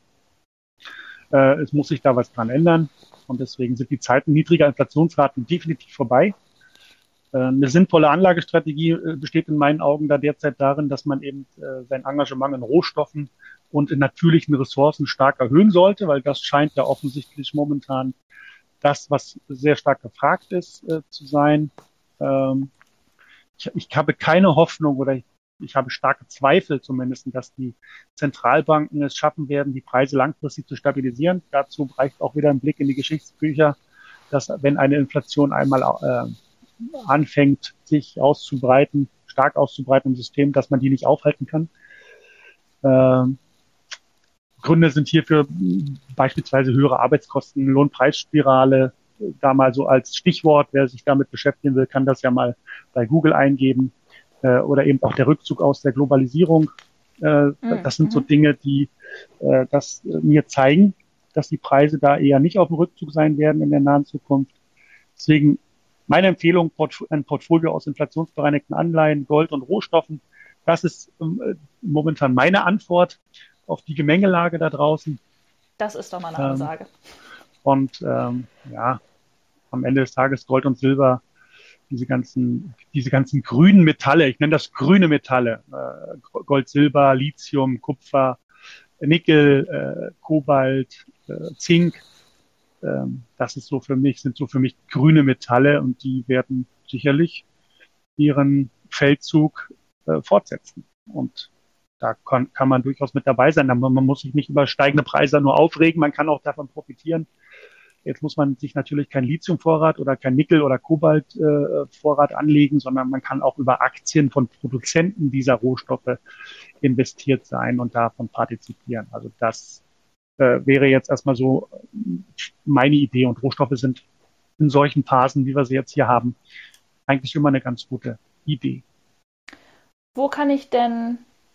Äh, es muss sich da was dran ändern. Und deswegen sind die Zeiten niedriger Inflationsraten definitiv vorbei. Äh, eine sinnvolle Anlagestrategie äh, besteht in meinen Augen da derzeit darin, dass man eben äh, sein Engagement in Rohstoffen und in natürlichen Ressourcen stark erhöhen sollte, weil das scheint ja offensichtlich momentan das, was sehr stark gefragt ist, äh, zu sein. Ähm, ich, ich habe keine Hoffnung oder ich, ich habe starke Zweifel zumindest, dass die Zentralbanken es schaffen werden, die Preise langfristig zu stabilisieren. Dazu reicht auch wieder ein Blick in die Geschichtsbücher, dass wenn eine Inflation einmal äh, anfängt, sich auszubreiten, stark auszubreiten im System, dass man die nicht aufhalten kann. Ähm, Gründe sind hierfür beispielsweise höhere Arbeitskosten, Lohnpreisspirale, da mal so als Stichwort. Wer sich damit beschäftigen will, kann das ja mal bei Google eingeben. Äh, oder eben auch der Rückzug aus der Globalisierung. Äh, mhm. Das sind so Dinge, die äh, das äh, mir zeigen, dass die Preise da eher nicht auf dem Rückzug sein werden in der nahen Zukunft. Deswegen meine Empfehlung, Port- ein Portfolio aus inflationsbereinigten Anleihen, Gold und Rohstoffen. Das ist äh, momentan meine Antwort auf die Gemengelage da draußen.
Das ist doch mal eine Ansage. Ähm,
und ähm, ja, am Ende des Tages Gold und Silber, diese ganzen, diese ganzen grünen Metalle, ich nenne das grüne Metalle, äh, Gold, Silber, Lithium, Kupfer, Nickel, äh, Kobalt, äh, Zink. Ähm, das ist so für mich, sind so für mich grüne Metalle und die werden sicherlich ihren Feldzug äh, fortsetzen. Und da kann, kann man durchaus mit dabei sein. Man, man muss sich nicht über steigende Preise nur aufregen, man kann auch davon profitieren. Jetzt muss man sich natürlich kein Lithiumvorrat oder kein Nickel- oder Kobaltvorrat äh, anlegen, sondern man kann auch über Aktien von Produzenten dieser Rohstoffe investiert sein und davon partizipieren. Also das äh, wäre jetzt erstmal so meine Idee. Und Rohstoffe sind in solchen Phasen, wie wir sie jetzt hier haben, eigentlich immer eine ganz gute Idee.
Wo kann ich denn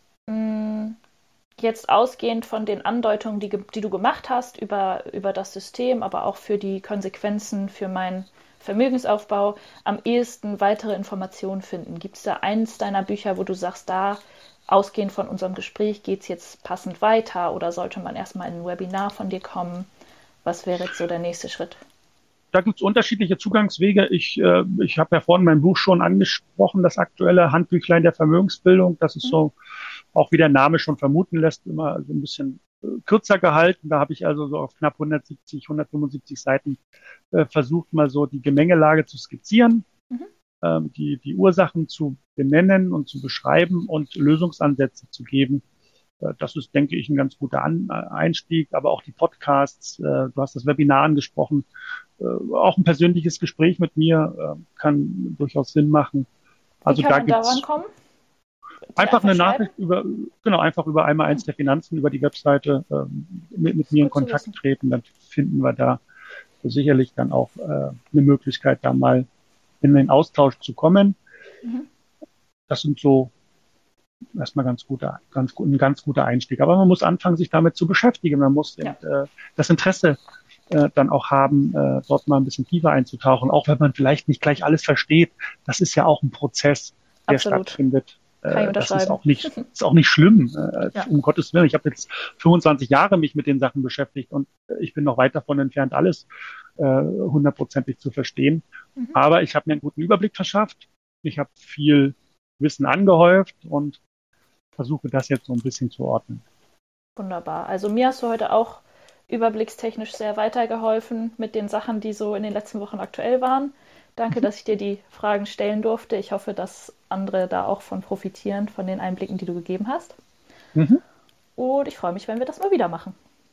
mh, jetzt ausgehend von den Andeutungen, die, die du gemacht hast über, über das System, aber auch für die Konsequenzen für meinen Vermögensaufbau, am ehesten weitere Informationen finden? Gibt es da eins deiner Bücher, wo du sagst, da ausgehend von unserem Gespräch geht es jetzt passend weiter oder sollte man erstmal in ein Webinar von dir kommen? Was wäre jetzt so der nächste Schritt?
Da gibt es unterschiedliche Zugangswege. Ich, äh, ich habe ja vorhin mein Buch schon angesprochen, das aktuelle Handbüchlein der Vermögensbildung. Das ist mhm. so, auch wie der Name schon vermuten lässt, immer so ein bisschen äh, kürzer gehalten. Da habe ich also so auf knapp hundertsiebzig, hundertfünfundsiebzig Seiten äh, versucht, mal so die Gemengelage zu skizzieren, mhm. ähm, die, die Ursachen zu benennen und zu beschreiben und Lösungsansätze zu geben. Äh, das ist, denke ich, ein ganz guter An- Einstieg. Aber auch die Podcasts, äh, du hast das Webinar angesprochen, äh, auch ein persönliches Gespräch mit mir äh, kann durchaus Sinn machen. Also
Wie kann
da
man
gibt's
daran kommen?
Einfach, einfach eine Nachricht über, genau, einfach über einmal eins der Finanzen, über die Webseite ähm, mit, mit mir in Kontakt treten. Dann finden wir da sicherlich dann auch äh, eine Möglichkeit, da mal in den Austausch zu kommen. Mhm. Das sind so erstmal ganz guter, ganz, ein ganz guter Einstieg. Aber man muss anfangen, sich damit zu beschäftigen. Man muss ja. eben, äh, das Interesse äh, dann auch haben, äh, dort mal ein bisschen tiefer einzutauchen. Auch wenn man vielleicht nicht gleich alles versteht. Das ist ja auch ein Prozess, der
Absolut.
stattfindet.
Kann ich
das ist auch nicht, ist auch nicht schlimm. Ja. Um Gottes Willen. Ich habe jetzt fünfundzwanzig Jahre mich mit den Sachen beschäftigt und ich bin noch weit davon entfernt, alles hundertprozentig äh, zu verstehen. Mhm. Aber ich habe mir einen guten Überblick verschafft. Ich habe viel Wissen angehäuft und versuche das jetzt so ein bisschen zu ordnen.
Wunderbar. Also mir hast du heute auch überblickstechnisch sehr weitergeholfen mit den Sachen, die so in den letzten Wochen aktuell waren. Danke, dass ich dir die Fragen stellen durfte. Ich hoffe, dass andere da auch von profitieren, von den Einblicken, die du gegeben hast. Mhm. Und ich freue mich, wenn wir das mal wieder machen.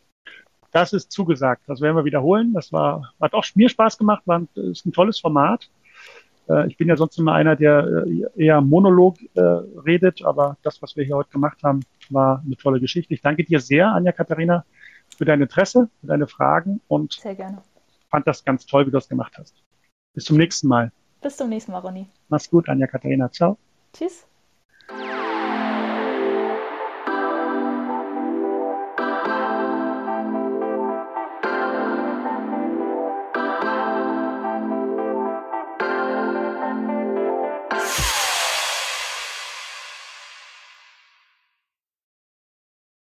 Das ist zugesagt. Das werden wir wiederholen. Das war, hat auch mir Spaß gemacht. War ein, ist ein tolles Format. Äh, ich bin ja sonst immer einer, der äh, eher Monolog äh, redet, aber das, was wir hier heute gemacht haben, war eine tolle Geschichte. Ich danke dir sehr, Anja-Katharina, für dein Interesse, für deine Fragen und
Sehr gerne.
fand das ganz toll, wie du das gemacht hast. Bis zum nächsten Mal.
Bis zum nächsten Mal, Ronny.
Mach's gut, Anja-Katharina. Ciao.
Tschüss.